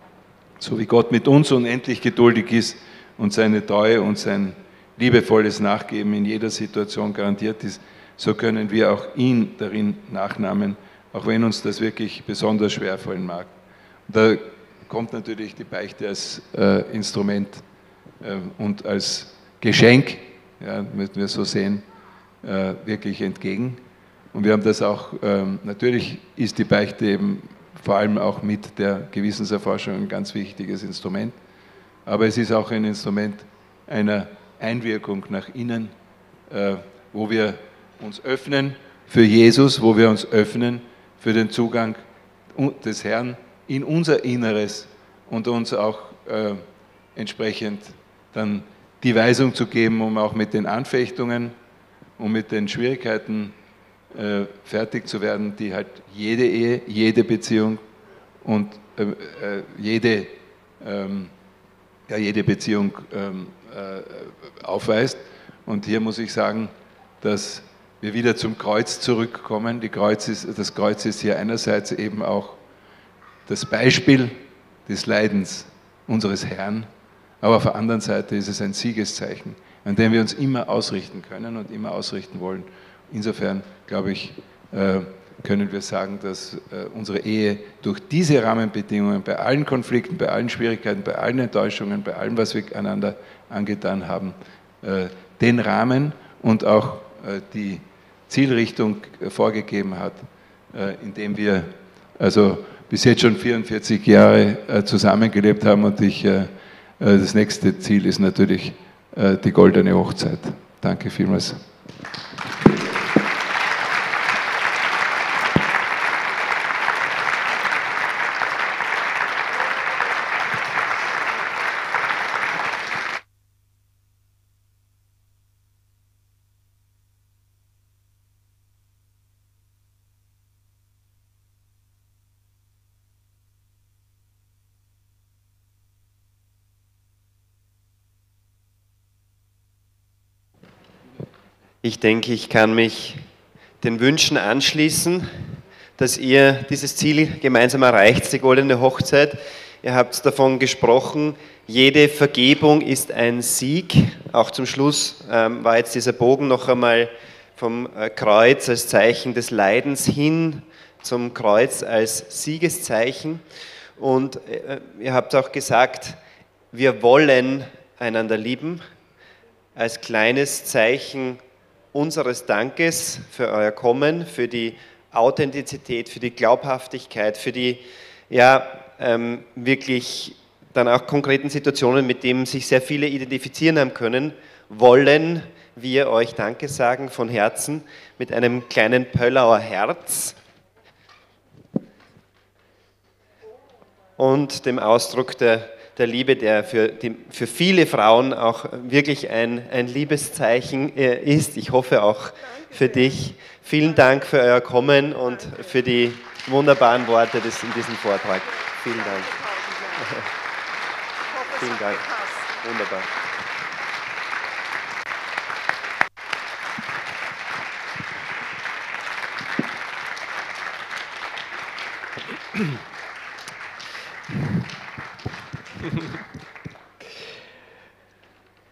So wie Gott mit uns unendlich geduldig ist und seine Treue und sein liebevolles Nachgeben in jeder Situation garantiert ist, so können wir auch ihn darin nachnahmen, auch wenn uns das wirklich besonders schwer fallen mag. Und da kommt natürlich die Beichte als äh, Instrument äh, und als Geschenk, ja, müssen wir so sehen, äh, wirklich entgegen. Und wir haben das auch, äh, natürlich ist die Beichte eben vor allem auch mit der Gewissenserforschung ein ganz wichtiges Instrument, aber es ist auch ein Instrument einer Einwirkung nach innen, äh, wo wir uns öffnen für Jesus, wo wir uns öffnen für den Zugang des Herrn in unser Inneres und uns auch äh, entsprechend dann die Weisung zu geben, um auch mit den Anfechtungen und mit den Schwierigkeiten äh, fertig zu werden, die halt jede Ehe, jede Beziehung und äh, äh, jede, ähm, ja, jede Beziehung ähm, äh, aufweist. Und hier muss ich sagen, dass wir wieder zum Kreuz zurückkommen. Die Kreuz ist, das Kreuz ist hier einerseits eben auch das Beispiel des Leidens unseres Herrn, aber auf der anderen Seite ist es ein Siegeszeichen, an dem wir uns immer ausrichten können und immer ausrichten wollen. Insofern, glaube ich, können wir sagen, dass unsere Ehe durch diese Rahmenbedingungen bei allen Konflikten, bei allen Schwierigkeiten, bei allen Enttäuschungen, bei allem, was wir einander angetan haben, den Rahmen und auch die Zielrichtung vorgegeben hat, indem wir also bis jetzt schon vierundvierzig Jahre zusammengelebt haben und ich, das nächste Ziel ist natürlich die goldene Hochzeit. Danke vielmals. Ich denke, ich kann mich den Wünschen anschließen, dass ihr dieses Ziel gemeinsam erreicht, die goldene Hochzeit. Ihr habt davon gesprochen, jede Vergebung ist ein Sieg. Auch zum Schluss ähm, war jetzt dieser Bogen noch einmal vom Kreuz als Zeichen des Leidens hin zum Kreuz als Siegeszeichen. Und äh, ihr habt auch gesagt, wir wollen einander lieben als kleines Zeichen unseres Dankes für euer Kommen, für die Authentizität, für die Glaubhaftigkeit, für die ja, ähm, wirklich dann auch konkreten Situationen, mit denen sich sehr viele identifizieren haben können, wollen wir euch Danke sagen von Herzen mit einem kleinen Pöllauer Herz und dem Ausdruck der der Liebe, der für, die, für viele Frauen auch wirklich ein, ein Liebeszeichen ist. Ich hoffe auch für dich. Vielen Dank für euer Kommen und für die wunderbaren Worte des, in diesem Vortrag. Vielen Dank. Vielen Dank. Wunderbar.